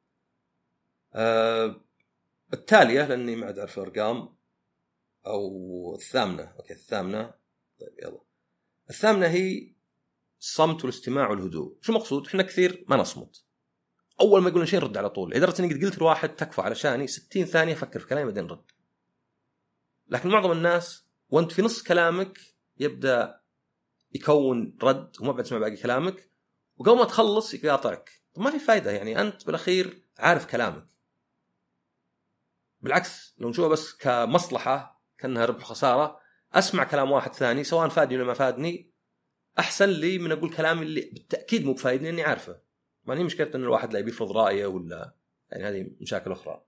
التاليه لاني ما اعرف الارقام، او الثامنه. اوكي الثامنه. طيب يلا، الثامنه هي الصمت والاستماع والهدوء. شو مقصود؟ احنا كثير ما نصمت، اول ما يقولون شيء نرد على طول. لدرجه اني قد قلت لواحد تكفى علشاني 60 ثانيه افكر في كلامي بعدين رد. لكن معظم الناس وانت في نص كلامك يبدا يكون رد وما بعد تسمع باقي كلامك، وقبل ما تخلص يقاطعك. طب ما في فايده، يعني انت بالاخير عارف كلامك. بالعكس لو نشوفه بس كمصلحه كانها ربح خساره، اسمع كلام واحد ثاني سواء فادني ولا ما فادني احسن لي من اقول كلامي اللي بالتاكيد مو بفايدني اني عارفه. ما هي مشكله ان الواحد لا بيفرض رايه ولا يعني هذه مشاكل اخرى.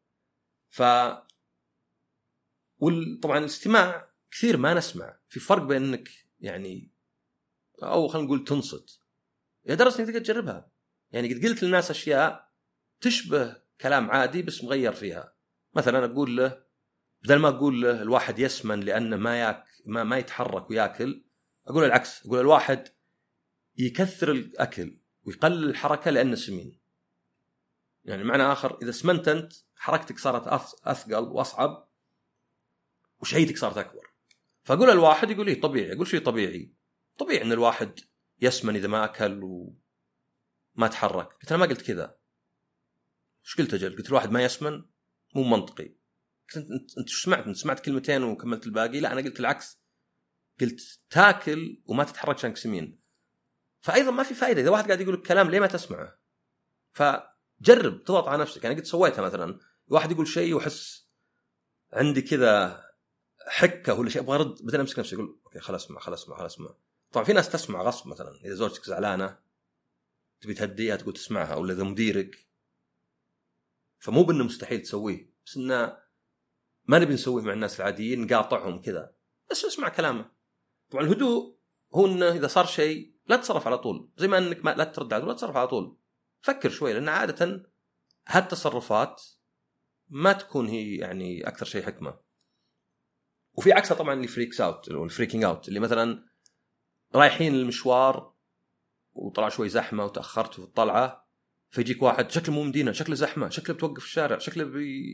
طبعا الاستماع كثير ما نسمع. في فرق بين انك يعني او خلينا نقول تنصت، يا درس انك تقدر تجربها. يعني قد قلت للناس اشياء تشبه كلام عادي بس مغير فيها. مثلا اقول له بدل ما اقول له الواحد يسمن لانه ما يتحرك وياكل، اقول له العكس، اقول الواحد يكثر الاكل ويقلل الحركه لانه سمين. يعني معنى اخر، اذا سمنت انت حركتك صارت اثقل واصعب وشهيتك صارت اكبر. فاقول الواحد يقول لي طبيعي. اقول شيء طبيعي ان الواحد يسمن اذا ما اكل وما تحرك. قلت انا ما قلت كذا. ايش قلت اجل؟ قلت الواحد ما يسمن مو منطقي. انت شو سمعت؟ انت سمعت كلمتين وكملت الباقي. لا انا قلت العكس، قلت تاكل وما تتحرك عشان سمين. فايضا ما في فائده اذا واحد قاعد يقول لك كلام ليه ما تسمعه. فجرب تضغط على نفسك. يعني قد سويتها مثلا، واحد يقول شيء وحس عندي كذا حكه ولا شيء ابغى ارد، بدل امسك نفسي اقول اوكي خلاص اسمع. طبعا في ناس تسمع غصب، مثلا اذا زوجتك زعلانه تبي تهديها تقول تسمعها، ولا اذا مديرك. فمو بانه مستحيل تسويه، بس انه ما نبي نسويه مع الناس العاديين نقاطعهم كذا، بس اسمع كلامه. طبعا الهدوء هو انه اذا صار شيء لا تتصرف على طول، زي ما انك لا ترد على طول، لا تتصرف على طول. فكر شوي، لان عاده هالتصرفات ما تكون هي يعني اكثر شيء حكمه. وفي عكسها طبعا اللي فريكس اوت او الفريكينج اوت، اللي مثلا رايحين المشوار وطلع شوي زحمه وتاخرت في الطلعه، فيجيك واحد شكله مو مدينه، شكله زحمه، شكله بتوقف الشارع، شكله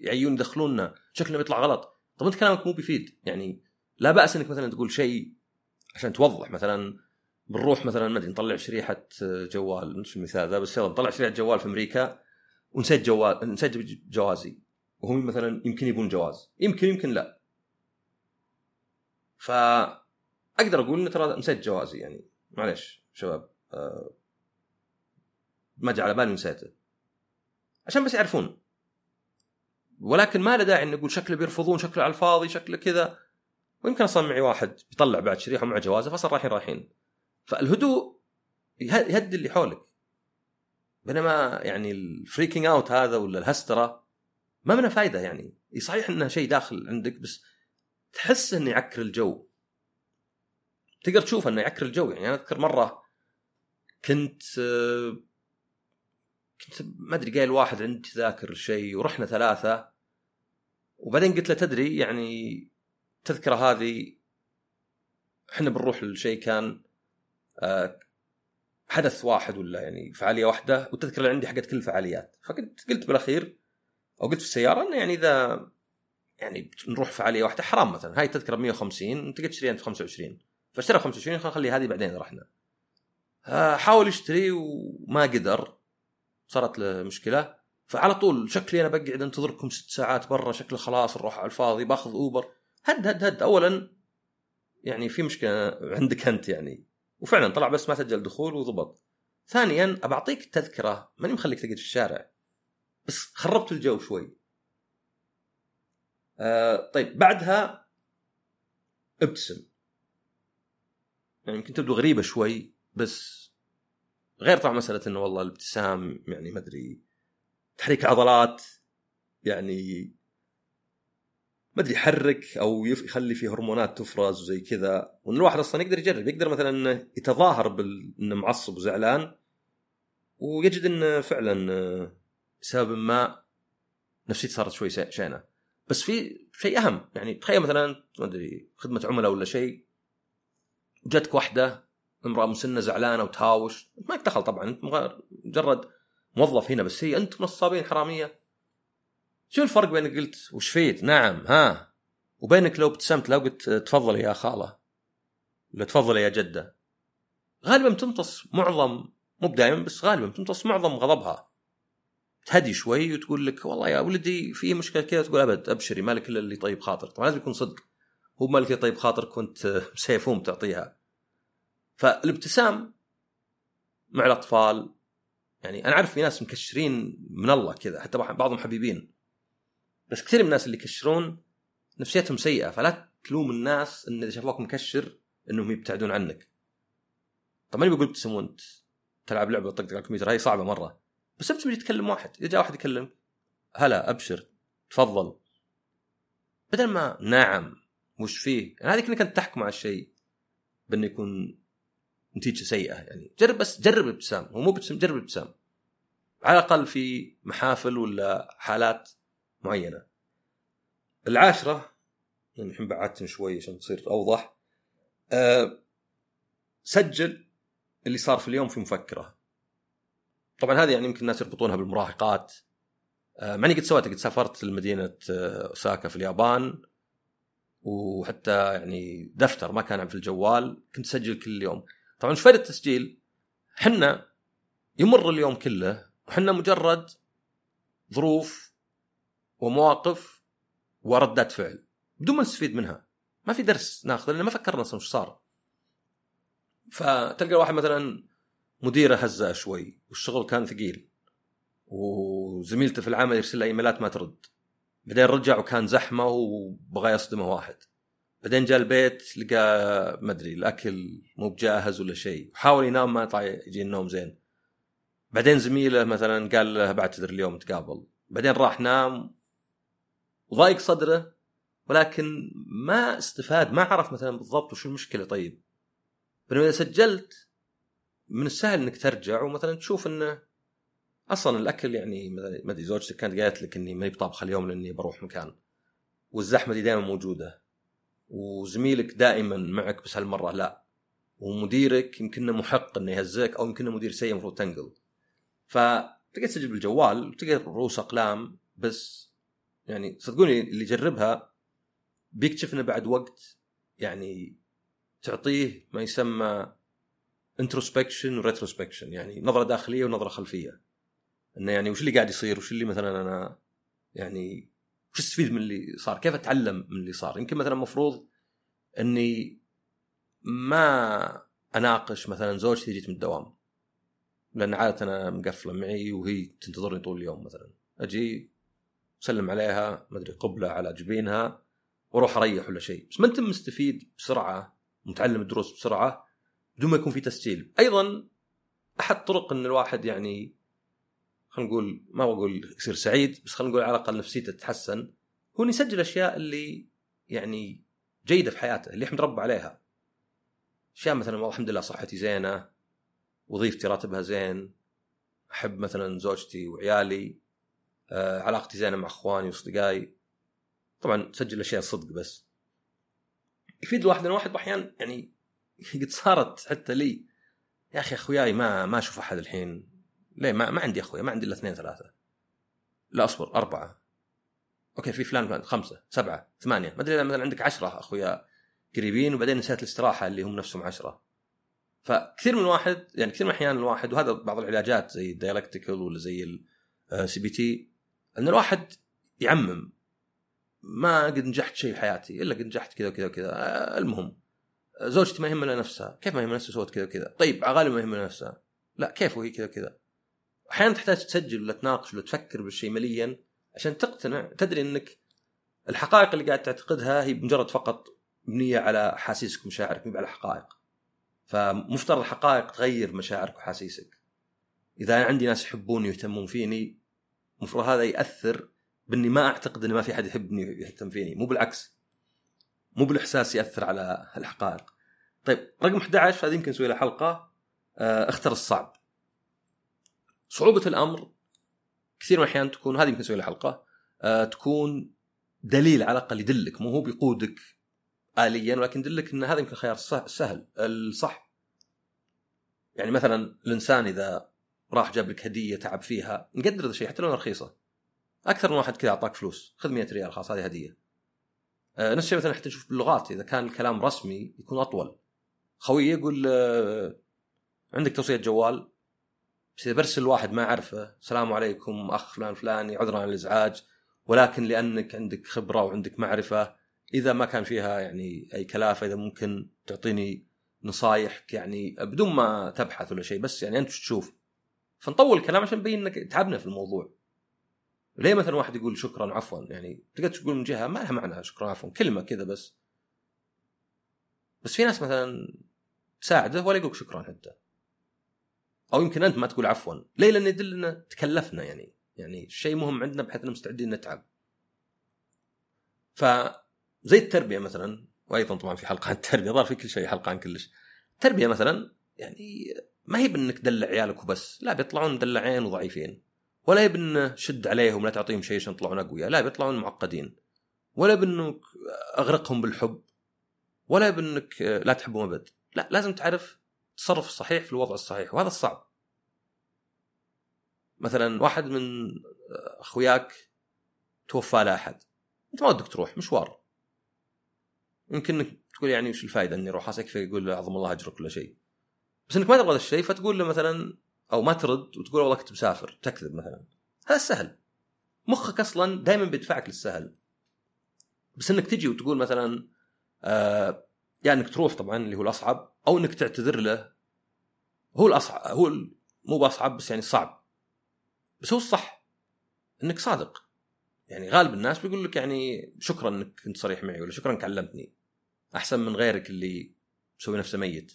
يعيون يدخلوننا شكلنا بيطلع غلط. طب انت كلامك مو بيفيد يعني. لا بأس انك مثلا تقول شيء عشان توضح، مثلا بنروح مثلا ما ادري نطلع شريحه جوال، مش المثال ذا بس يلا نطلع شريحه جوال في امريكا ونسجل جوازي، وهم مثلا يمكن يبون جواز، يمكن لا، فاقدر اقول ان ترى نسيت جوازي يعني معلش شباب، ما جاء على بالي نسيته، عشان بس يعرفون. ولكن ما له داعي ان نقول شكله بيرفضون، شكله على الفاضي، شكله كذا. ويمكن اصلا معي واحد بيطلع بعد شريحه مع جوازه فصار رايحين. فالهدوء يهدي اللي حولك، بينما يعني الفريكينج اوت هذا ولا الهسترة ما منه فايدة. يعني صحيح انه شيء داخل عندك بس تحس انه يعكر الجو، تقدر تشوف انه يعكر الجو. يعني انا اذكر مرة كنت ما ادري قايل واحد عندي تذاكر شيء ورحنا 3، وبعدين قلت له تدري يعني تذكرة هذه احنا بنروح للشيء كان حدث واحد ولا يعني فعالية واحدة، والتذكرة اللي عندي حقت كل الفعاليات. فقلت بالأخير أو قلت في السيارة إنه يعني إذا يعني نروح فعالية واحدة حرام، مثلا هاي التذكرة 150 أنت قلت تشتري أنت 25، فاشترى 25 خلينا نخلي هذه بعدين رحنا. حاول يشتري وما قدر، صارت له مشكلة. فعلى طول شكلي أنا بقعد انتظركم 6 ساعات برا، شكله خلاص نروح على الفاضي، باخذ أوبر. هد أولا يعني في مشكلة عندك أنت يعني، وفعلا طلع بس ما سجل دخول وضبط. ثانيا أبعطيك التذكرة ماني مخليك تقعد في الشارع، بس خربت الجو شوي. طيب بعدها ابتسم. يعني يمكن تبدو غريبة شوي بس غير طبعا مسألة انه والله الابتسام يعني ما ادري تحريك عضلات، يعني ما ادري يحرك او يخلي فيه هرمونات تفرز وزي كذا، وان الواحد اصلا يقدر يجرب، يقدر مثلا انه يتظاهر انه معصب وزعلان ويجد انه فعلا بسبب ما نفسيته صارت شوي شينه. بس في شيء اهم، يعني تخيل مثلا ما ادري خدمة عملاء ولا شيء، جاتك واحدة امرأة مسنة زعلانة وتهاوش، ما يدخل طبعا، انت مجرد موظف هنا، بس هي انت نصابين حرامية. شو الفرق بينك قلت وش فيت نعم ها، وبينك لو ابتسمت لو قلت تفضل يا خالة ولا تفضل يا جدة؟ غالبا بتمتص معظم، مو دائما بس غالبا بتمتص معظم غضبها، تهدي شوي وتقول لك والله يا ولدي في مشكلة كذا، تقول أبد أبشري مالك إلا اللي طيب خاطر. طبعا لازم يكون صدق، هو مالك اللي طيب خاطر كنت سيفهم تعطيها. فالابتسام مع الأطفال، يعني أنا عارف في ناس مكشرين من الله كذا، حتى بعضهم حبيبين، بس كثير من الناس اللي يكشرون نفسيتهم سيئة. فلا تلوم الناس إن إذا شافوك مكشر إنهم يبتعدون عنك. طبعا بيقول ابتسم وانت تلعب لعبة طقطق على الكمبيوتر، هاي صعبة مرة، بس ابتسم يتكلم واحد، إذا جاء واحد يكلم هلا أبشر تفضل، بدل ما نعم وش فيه. يعني هذه كأنك تحكم على الشيء بأنه يكون نتيجة سيئة. يعني جرب، بس جرب ابتسام، هو مو ابتسام، جرب ابتسام على الأقل في محافل ولا حالات معينة. 10 يعني الحين بعدتن شوي عشان تصير أوضح. سجل اللي صار في اليوم في مفكرة. طبعا هذه يعني يمكن الناس يربطونها بالمراهقات، معني قد سويتها، قد سافرت لمدينة أوساكا في اليابان، وحتى يعني دفتر ما كان في الجوال، كنت أسجل كل يوم. طبعا ايش فائدة التسجيل؟ حنا يمر اليوم كله وحنا مجرد ظروف ومواقف وردات فعل بدون ما نستفيد منها، ما في درس ناخذ لأن ما فكرنا اصلا وش صار. فتلقى واحد مثلا مديره هزأ شوي والشغل كان ثقيل، وزميلته في العمل يرسل له ايميلات ما ترد، بعدين رجع وكان زحمه وبغى يصدمه واحد، بعدين جاء البيت لقى ما ادري الاكل مو بجاهز ولا شيء، وحاول ينام ما يطلع يجي النوم زين، بعدين زميله مثلا قال له بعتذر اليوم نتقابل، بعدين راح نام وضايق صدره، ولكن ما استفاد، ما عرف مثلا بالضبط وش المشكله. طيب بينما إذا سجلت من السهل انك ترجع ومثلا تشوف انه اصلا الاكل يعني ما ادري زوجتك كانت قالت لك اني ماني بطابخه اليوم لاني بروح مكان، والزحمه دي دائما موجوده، وزميلك دائما معك بس هالمره لا، ومديرك يمكنه محق انه يهزك او يمكنه مدير سيء المفروض تنقل. فتقدر تسجل بالجوال وتقدر رؤوس اقلام، بس يعني صدقوني اللي يجربها بيكتشف انه بعد وقت يعني تعطيه ما يسمى انتروسبكشن وريتروسبكشن، يعني نظرة داخلية ونظرة خلفية، انه يعني وش اللي قاعد يصير، وش اللي مثلا انا يعني وش استفيد من اللي صار، كيف اتعلم من اللي صار. يمكن مثلا مفروض اني ما اناقش مثلا زوجتي جيت من الدوام، لان عاده انا مقفله معي وهي تنتظرني طول اليوم، مثلا اجي اسلم عليها ما ادري قبله على جبينها واروح اريح ولا شيء، بس ما انت مستفيد بسرعه متعلم الدروس بسرعه بدون ما يكون في تسجيل. ايضا احد طرق ان الواحد يعني خلينا نقول ما بقول يصير سعيد، بس خلينا نقول على الاقل نفسيته تتحسن، هو إن يسجل اشياء اللي يعني جيده في حياته اللي يحمد ربه عليها. اشياء مثلا والله الحمد لله صحتي زينه، وظيفتي راتبها زين، احب مثلا زوجتي وعيالي، علاقتي زينه مع اخواني واصدقائي. طبعا تسجل اشياء صدق بس يفيد الواحد. لأن الواحد احيانا يعني قد صارت حتى لي يا اخي اخوياي ما اشوف احد الحين، ليه ما عندي اخويا، ما عندي الا 2 3، لا اصبر 4، اوكي في فلان 5 7 8، ما ادري مثلا عندك 10 اخويا قريبين وبعدين نسيت الاستراحه اللي هم نفسهم 10. فكثير من الواحد يعني كثير من احيان الواحد، وهذا بعض العلاجات زي الدايلكتيكال ولا زي السي بي تي، ان الواحد يعمم ما قد نجحت شيء في حياتي الا قد نجحت كذا وكذا وكذا. المهم زوجتي ما يهمها نفسها، كيف ما يهمها نفسها سوت كذا وكذا، طيب غالبا ما يهمها نفسها، لا كيف وهي كذا وكذا. احيانا تحتاج تسجل ولا تناقش ولا تفكر بالشيء مليا عشان تقتنع، تدري انك الحقائق اللي قاعد تعتقدها هي مجرد فقط مبنيه على احاسيسك ومشاعرك، مو على حقائق. فمفترض الحقائق تغير مشاعرك وحاسيسك. اذا عندي ناس يحبوني ويهتمون فيني، مفروض هذا ياثر باني ما اعتقد ان ما في حد يحبني ويهتم فيني، مو بالعكس، مو بالاحساس ياثر على الحقائق. طيب رقم 11 هذه يمكن نسوي له حلقه، اختر الصعب. صعوبه الامر كثير من الاحيان تكون، هذه يمكن نسوي لها حلقه، تكون دليل على الاقل يدلك، مو هو بيقودك آليا، ولكن يدلك ان هذا يمكن خيار السهل الصح. يعني مثلا الانسان اذا راح جاب لك هديه تعب فيها، نقدر هذا الشيء حتى لو رخيصه. اكثر من واحد كذا اعطاك فلوس، خذ 100 ريال خلاص هذه هديه. نفس الشيء مثلا حتى نشوف باللغات، اذا كان الكلام رسمي يكون اطول. خوي يقول عندك توصيه جوال، بس اذا برسل واحد ما اعرفه السلام عليكم اخ فلان فلاني عذرا عن الازعاج، ولكن لانك عندك خبره وعندك معرفه، اذا ما كان فيها يعني اي كلافه، اذا ممكن تعطيني نصايح يعني بدون ما تبحث ولا شيء، بس يعني انت تشوف. فنطول الكلام عشان نبين انك تعبنا في الموضوع. ليه مثلا واحد يقول شكرا عفوا، يعني تقدر تقول من جهه ما لها معنى شكرا عفوا، كلمه كذا بس في ناس مثلا تساعده ولا يقولك شكرا حتى، او يمكن انت ما تقول عفوا. ليه؟ لان يدل ان تكلفنا، يعني الشيء مهم عندنا بحيث اننا مستعدين نتعب. فزي التربيه مثلا، وايضا طبعا في حلقه عن التربيه، ضار في كل شيء حلقه عن كلش. التربيه مثلا يعني ما هي بانك تدلع عيالك وبس، لا بيطلعون مدلعين وضعيفين، ولا هي بان شد عليهم لا تعطيهم شيء عشان يطلعون اقوياء، لا بيطلعون معقدين، ولا بانك اغرقهم بالحب، ولا بانك لا تحبهم ابد. لا، لازم تعرف التصرف الصحيح في الوضع الصحيح، وهذا الصعب. مثلا واحد من اخوياك توفى له احد، انت ما ودك تروح مشوار، يمكن تقول يعني وش الفائده اني اروح، اسك يقول عظم الله اجرك كل شيء، بس انك ما تبغى هذا الشيء فتقول له مثلا، او ما ترد وتقول والله كنت مسافر، تكذب مثلا. هذا السهل، مخك اصلا دائما بيدفعك للسهل. بس انك تجي وتقول مثلا يعني انك تروح طبعا اللي هو الاصعب، او انك تعتذر له هو الاصعب، هو مو باصعب بس يعني صعب، بس هو الصح انك صادق. يعني غالب الناس بيقول لك يعني شكرا انك كنت صريح معي، ولا شكرا انك علمتني، احسن من غيرك اللي مسوي نفسه ميت.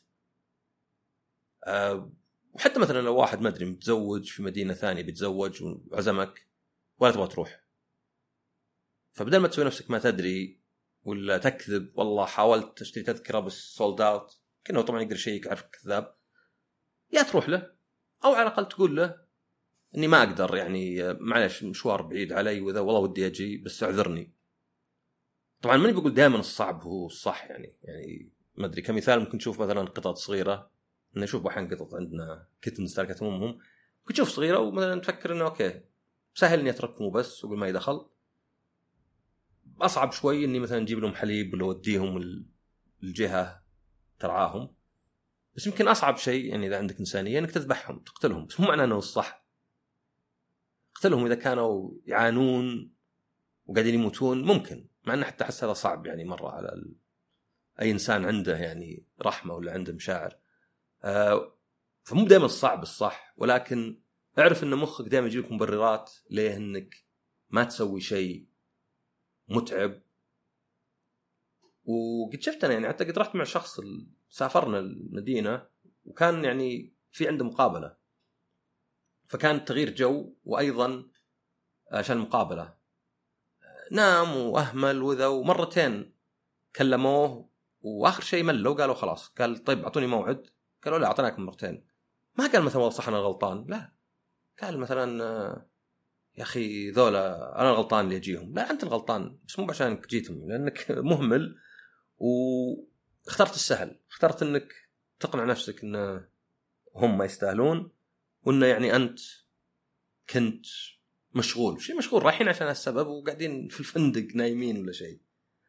وحتى مثلا لو واحد ما ادري متزوج في مدينه ثانيه بيتزوج وعزمك ولا تبغى تروح، فبدل ما تسوي نفسك ما تدري ولا تكذب والله حاولت اشتري تذكره بس سولد اوت، كأنه طبعا يقدر شيء يعرف كذاب، يا تروح له او على الاقل تقول له اني ما اقدر، يعني معلش مشوار بعيد علي واذا والله ودي اجي بس اعذرني. طبعا ماني بقول دائما الصعب هو الصح، يعني ما ادري كمثال ممكن تشوف مثلا قطط صغيره، نشوف احيانا قطط عندنا كتن استركت امهم، ممكن تشوف صغيره ومثلا تفكر انه اوكي سهل اني اتركهم بس واقول ما يدخل، أصعب شوي إني مثلا أجيب لهم حليب ولا أوديهم الجهة ترعاهم. بس يمكن أصعب شيء يعني إذا عندك إنسانية إنك تذبحهم تقتلهم، بس مو معناه أنه الصح. اقتلهم إذا كانوا يعانون وقاعدين يموتون ممكن، مع أنه حتى أحس هذا صعب يعني مرة على أي إنسان عنده يعني رحمة ولا عنده مشاعر. فمو دائما الصعب الصح، ولكن اعرف أن مخك دائما يجيلك مبررات ليه أنك ما تسوي شيء متعب. وقد شفت أنا يعني حتى قد رحت مع شخص سافرنا المدينة وكان يعني في عنده مقابلة، فكان تغيير جو وأيضا عشان المقابلة نام وأهمل وذا، ومرتين كلموه وآخر شيء ملوا قالوا خلاص. قال طيب أعطوني موعد، قالوا لا أعطيناكم مرتين. ما قال مثلا والله صح أنا غلطان، لا، قال مثلا يا أخي ذولا أنا الغلطان اللي أجيهم. لا أنت الغلطان، بس مو عشانك جيتهم، لأنك مهمل واخترت السهل. اخترت أنك تقنع نفسك أن هم ما يستاهلون، وأنه يعني أنت كنت مشغول شيء مشغول، رايحين عشان هالسبب وقاعدين في الفندق نايمين ولا شيء.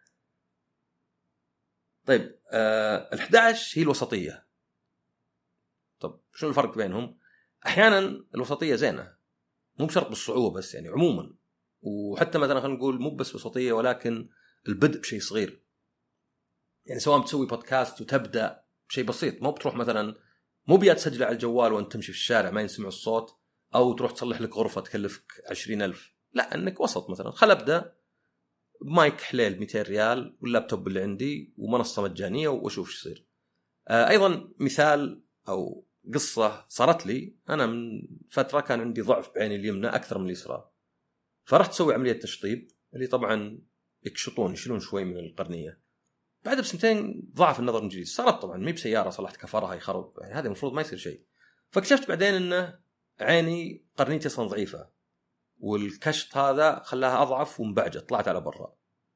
طيب 11 هي الوسطية. طب شو الفرق بينهم؟ أحيانا الوسطية زينة، مو بشرط بالصعوبة بس يعني عموما. وحتى مثلا خلينا نقول مو بس وسطية، ولكن البدء بشيء صغير. يعني سواء بتسوي بودكاست وتبدأ بشيء بسيط، مو بتروح مثلا مو بيا تسجل على الجوال وانت تمشي في الشارع ما ينسمع الصوت، أو تروح تصلح لك غرفة تكلفك 20,000. لا، أنك وسط مثلا خل أبدأ بمايك حليل 200 ريال واللابتوب اللي عندي ومنصة مجانية وأشوف شو يصير. أيضا مثال أو قصة صارت لي أنا من فترة، كان عندي ضعف بعيني اليمنى أكثر من اليسرى، فرحت أسوي عملية تشطيب اللي طبعا يكشطون يشيلون شوي من القرنية. بعد بسنتين ضعف النظر من جديد. صارت طبعا مي بسيارة صلحت كفرها يخرب، يعني هذا المفروض ما يصير شيء. فاكتشفت بعدين أنه عيني قرنيتي أصلا ضعيفة، والكشط هذا خلاها أضعف ومبعجة، طلعت على برا.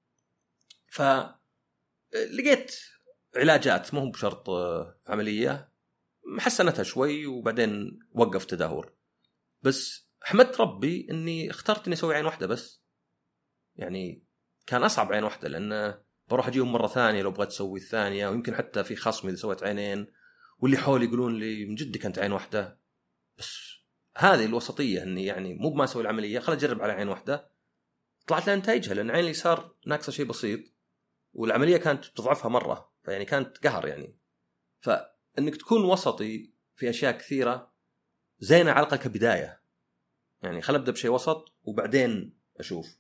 فلقيت علاجات مو بشرط عملية، حسنتها شوي وبعدين وقف تدهور. بس حمدت ربي أني اخترت أني أسوي عين واحدة بس. يعني كان أصعب عين واحدة، لأن بروح أجيهم مرة ثانية لو بغيت أسوي الثانية، ويمكن حتى في خصم إذا سويت عينين، واللي حولي يقولون لي من جد كانت عين واحدة. بس هذه الوسطية، أني يعني مو بما أسوي العملية خل أجرب على عين واحدة. طلعت لها نتائجها، لأن عين اليسار ناقصة شيء بسيط والعملية كانت بتضعفها مرة، فيعني كانت قهر يعني. فإنك تكون وسطي في أشياء كثيرة زينة على الأقل كبداية. يعني خل أبدأ بشيء وسط وبعدين أشوف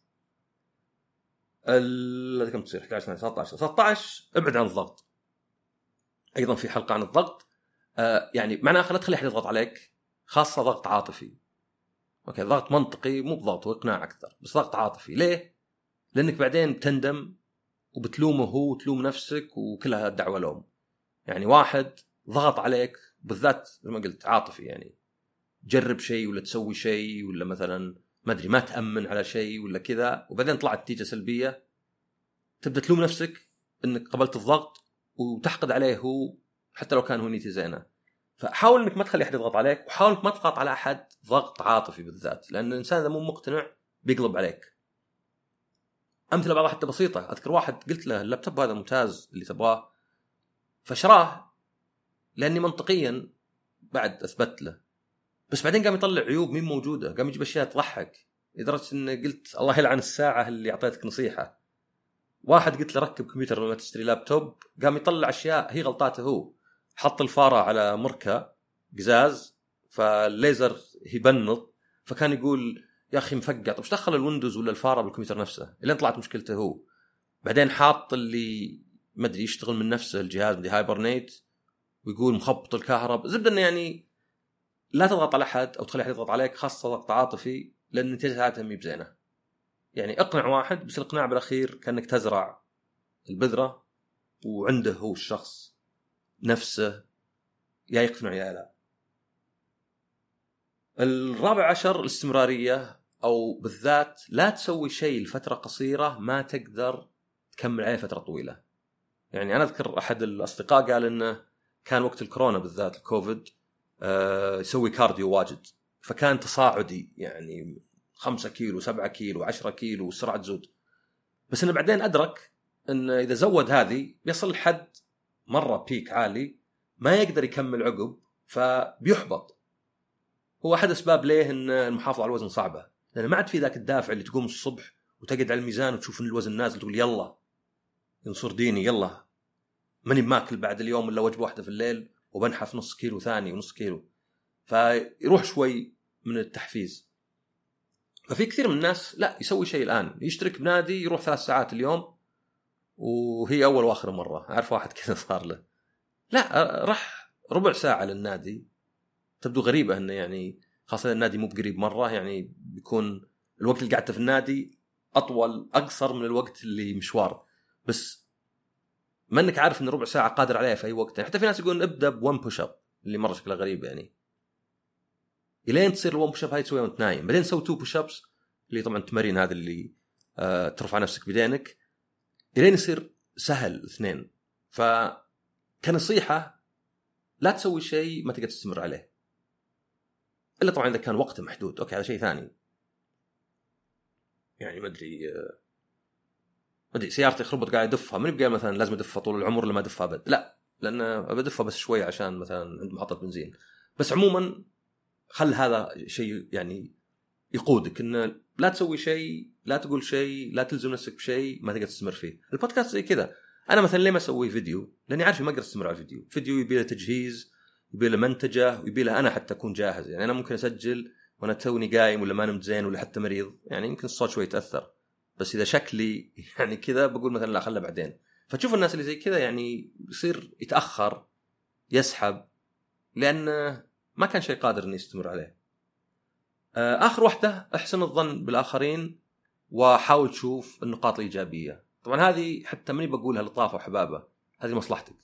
الذي كم تصير 11 13 ابعد عن الضغط. أيضا في حلقة عن الضغط. يعني معناه خلت تخلي أحد يضغط عليك، خاصة ضغط عاطفي. أوكي، ضغط منطقي مو بضغط وإقناع أكثر، بس ضغط عاطفي. ليه؟ لأنك بعدين بتندم وبتلومه هو وتلوم نفسك وكلها دعوة لوم. يعني واحد ضغط عليك بالذات زي ما قلت عاطفي، يعني جرب شيء ولا تسوي شيء ولا مثلا ما أدري ما تأمن على شيء ولا كذا، وبعدين طلعت نتيجة سلبية، تبدأ تلوم نفسك إنك قبلت الضغط وتحقد عليه هو حتى لو كان هو نيتي زينة. فحاول إنك ما تخلي أحد يضغط عليك، وحاول إنك ما تضغط على أحد ضغط عاطفي بالذات، لأن الإنسان إذا مو مقتنع بيقلب عليك. أمثلة بعضها حتى بسيطة. أذكر واحد قلت له اللابتوب هذا ممتاز اللي تبغاه، فشراه لأني منطقيا بعد أثبت له، بس بعدين قام يطلع عيوب مين موجودة، قام يجيب أشياء تضحك لدرجة إن قلت الله يلعن الساعة اللي أعطيتك نصيحة. واحد قلت له ركب كمبيوتر لما تشتري لابتوب، قام يطلع أشياء هي غلطاته هو. حط الفارة على مركة قزاز فالليزر يبنط، فكان يقول يا أخي مفقع. طب دخل الويندوز ولا الفارة بالكمبيوتر نفسه اللي طلعت مشكلته هو. بعدين حاط اللي ما أدري يشتغل من نفسه الجهاز دي هايبرنيت، ويقول مخبط الكهرب. زبدة إنه يعني لا تضغط على أحد أو تخلي أحد يضغط عليك، خاصة ضغط عاطفي، لأن نتيجتها مي بزينة. يعني اقنع واحد، بس الإقناع بالأخير كأنك تزرع البذرة وعنده هو الشخص نفسه يا يقتنع يا لا. 14 الاستمرارية، أو بالذات لا تسوي شيء لفترة قصيرة ما تقدر تكمل عليه فترة طويلة. يعني أنا أذكر أحد الأصدقاء قال إنه كان وقت الكورونا بالذات الكوفيد يسوي كارديو واجد، فكان تصاعدي يعني 5 كيلو 7 كيلو 10 كيلو وسرعة زود. بس انه بعدين ادرك ان اذا زود هذه بيصل لحد مره بيك عالي ما يقدر يكمل عقب فبيحبط. هو احد اسباب ليه ان المحافظه على الوزن صعبه، لان ما عاد في ذاك الدافع اللي تقوم الصبح وتقعد على الميزان وتشوف ان الوزن نازل تقول يلا ينصر ديني، يلا ماني ماكل بعد اليوم الا وجبه واحده في الليل وبنحف نص كيلو ثاني ونص كيلو، فيروح شوي من التحفيز. ففي كثير من الناس لا يسوي شيء الآن، يشترك بنادي يروح 3 ساعات اليوم وهي أول وآخر مرة. أعرف واحد كذا صار له لا راح ربع ساعة للنادي، تبدو غريبة أنه يعني خاصة النادي مو بقريب مرة، يعني بيكون الوقت اللي قعدته في النادي أطول أقصر من الوقت اللي مشوار، بس ما أنك عارف أن ربع ساعة قادر عليها في أي وقت. يعني حتى في ناس يقولون ابدأ ب1 push up اللي مرة شكله غريب، يعني إلين تصير ال1 push up هاي تسويها وانت نايم، بعدين سوي 2 push ups اللي طبعا التمارين هذا اللي ترفع نفسك بدينك، إلين يصير سهل 2. فكنصيحة لا تسوي شيء ما تقدر تستمر عليه، إلا طبعا إذا كان وقته محدود، أوكي هذا شيء ثاني. يعني ما أدري سيارتي خربت قاعد أدفها، من يبقى مثلا لازم أدفها طول العمر لما أدفها أبد، لا، لأن بدفها بس شوي عشان مثلا عند محطة بنزين. بس عموما خل هذا شيء يعني يقودك، إنه لا تسوي شيء، لا تقول شيء، لا تلزم نفسك بشيء ما تقدر تستمر فيه. البودكاست زي كذا، أنا مثلا ليه ما أسوي فيديو؟ لأني عارف ما أقدر أستمر على الفيديو. فيديو يبي له تجهيز، يبي له منتجه، ويبي له أنا حتى أكون جاهز. يعني أنا ممكن أسجل وأنا توني قايم ولا ما نمت زين ولا حتى مريض، يعني يمكن الصوت شوي يتأثر، بس إذا شكلي يعني كذا بقول مثلا لا خله بعدين. فتشوف الناس اللي زي كذا يعني يصير يتأخر، يسحب، لأنه ما كان شيء قادر إنه يستمر عليه. آخر واحدة، احسن الظن بالآخرين وحاول تشوف النقاط الإيجابية. طبعا هذه حتى مني بقولها لطافة وحبابة، هذه مصلحتك.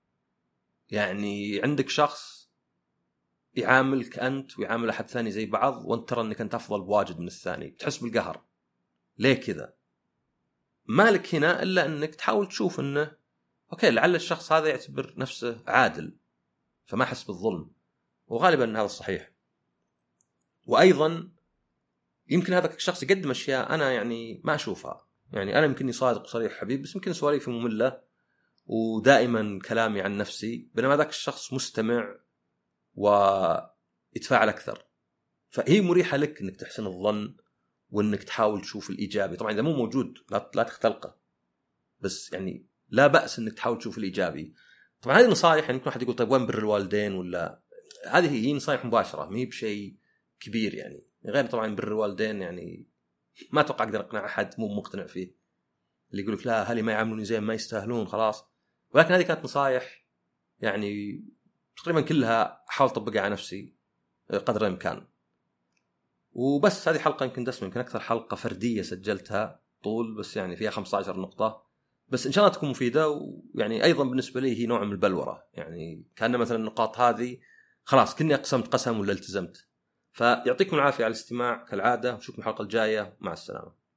يعني عندك شخص يعاملك أنت ويعامل أحد ثاني زي بعض، وانت ترى أنك أنت أفضل بواجد من الثاني، بتحس بالقهر. ليه كذا؟ مالك هنا إلا أنك تحاول تشوف أنه أوكي لعل الشخص هذا يعتبر نفسه عادل فما حس بالظلم، وغالبا هذا الصحيح. وأيضا يمكن هذا الشخص يقدم أشياء أنا يعني ما أشوفها. يعني أنا يمكنني صادق وصريح حبيب، بس يمكن سواليفي مملة ودائما كلامي عن نفسي، بينما ذاك الشخص مستمع ويتفاعل أكثر. فهي مريحة لك أنك تحسن الظن وأنك تحاول تشوف الإيجابي. طبعا إذا مو موجود لا تختلقه، بس يعني لا بأس أنك تحاول تشوف الإيجابي. طبعا هذه نصائح، يعني يمكن واحد يقول طيب وين بر الوالدين، ولا هذه هي نصائح مباشرة ما هي بشيء كبير. يعني غير طبعا بر الوالدين يعني ما أتوقع أقدر أقنع أحد مو مقتنع فيه، اللي يقولك لا أهلي ما يعاملوني زين ما يستاهلون خلاص. ولكن هذه كانت نصائح يعني تقريبا كلها أحاول أطبقها على نفسي قدر الإمكان. وبس هذه حلقة يمكن دسمة، يمكن أكثر حلقة فردية سجلتها طول، بس يعني فيها 15 نقطة، بس إن شاء الله تكون مفيدة. ويعني أيضا بالنسبة لي هي نوع من البلورة، يعني كأن مثلا النقاط هذه خلاص كني أقسمت قسم ولا التزمت. فيعطيكم العافية على الاستماع كالعادة، نشوفكم الحلقة الجاية، مع السلامة.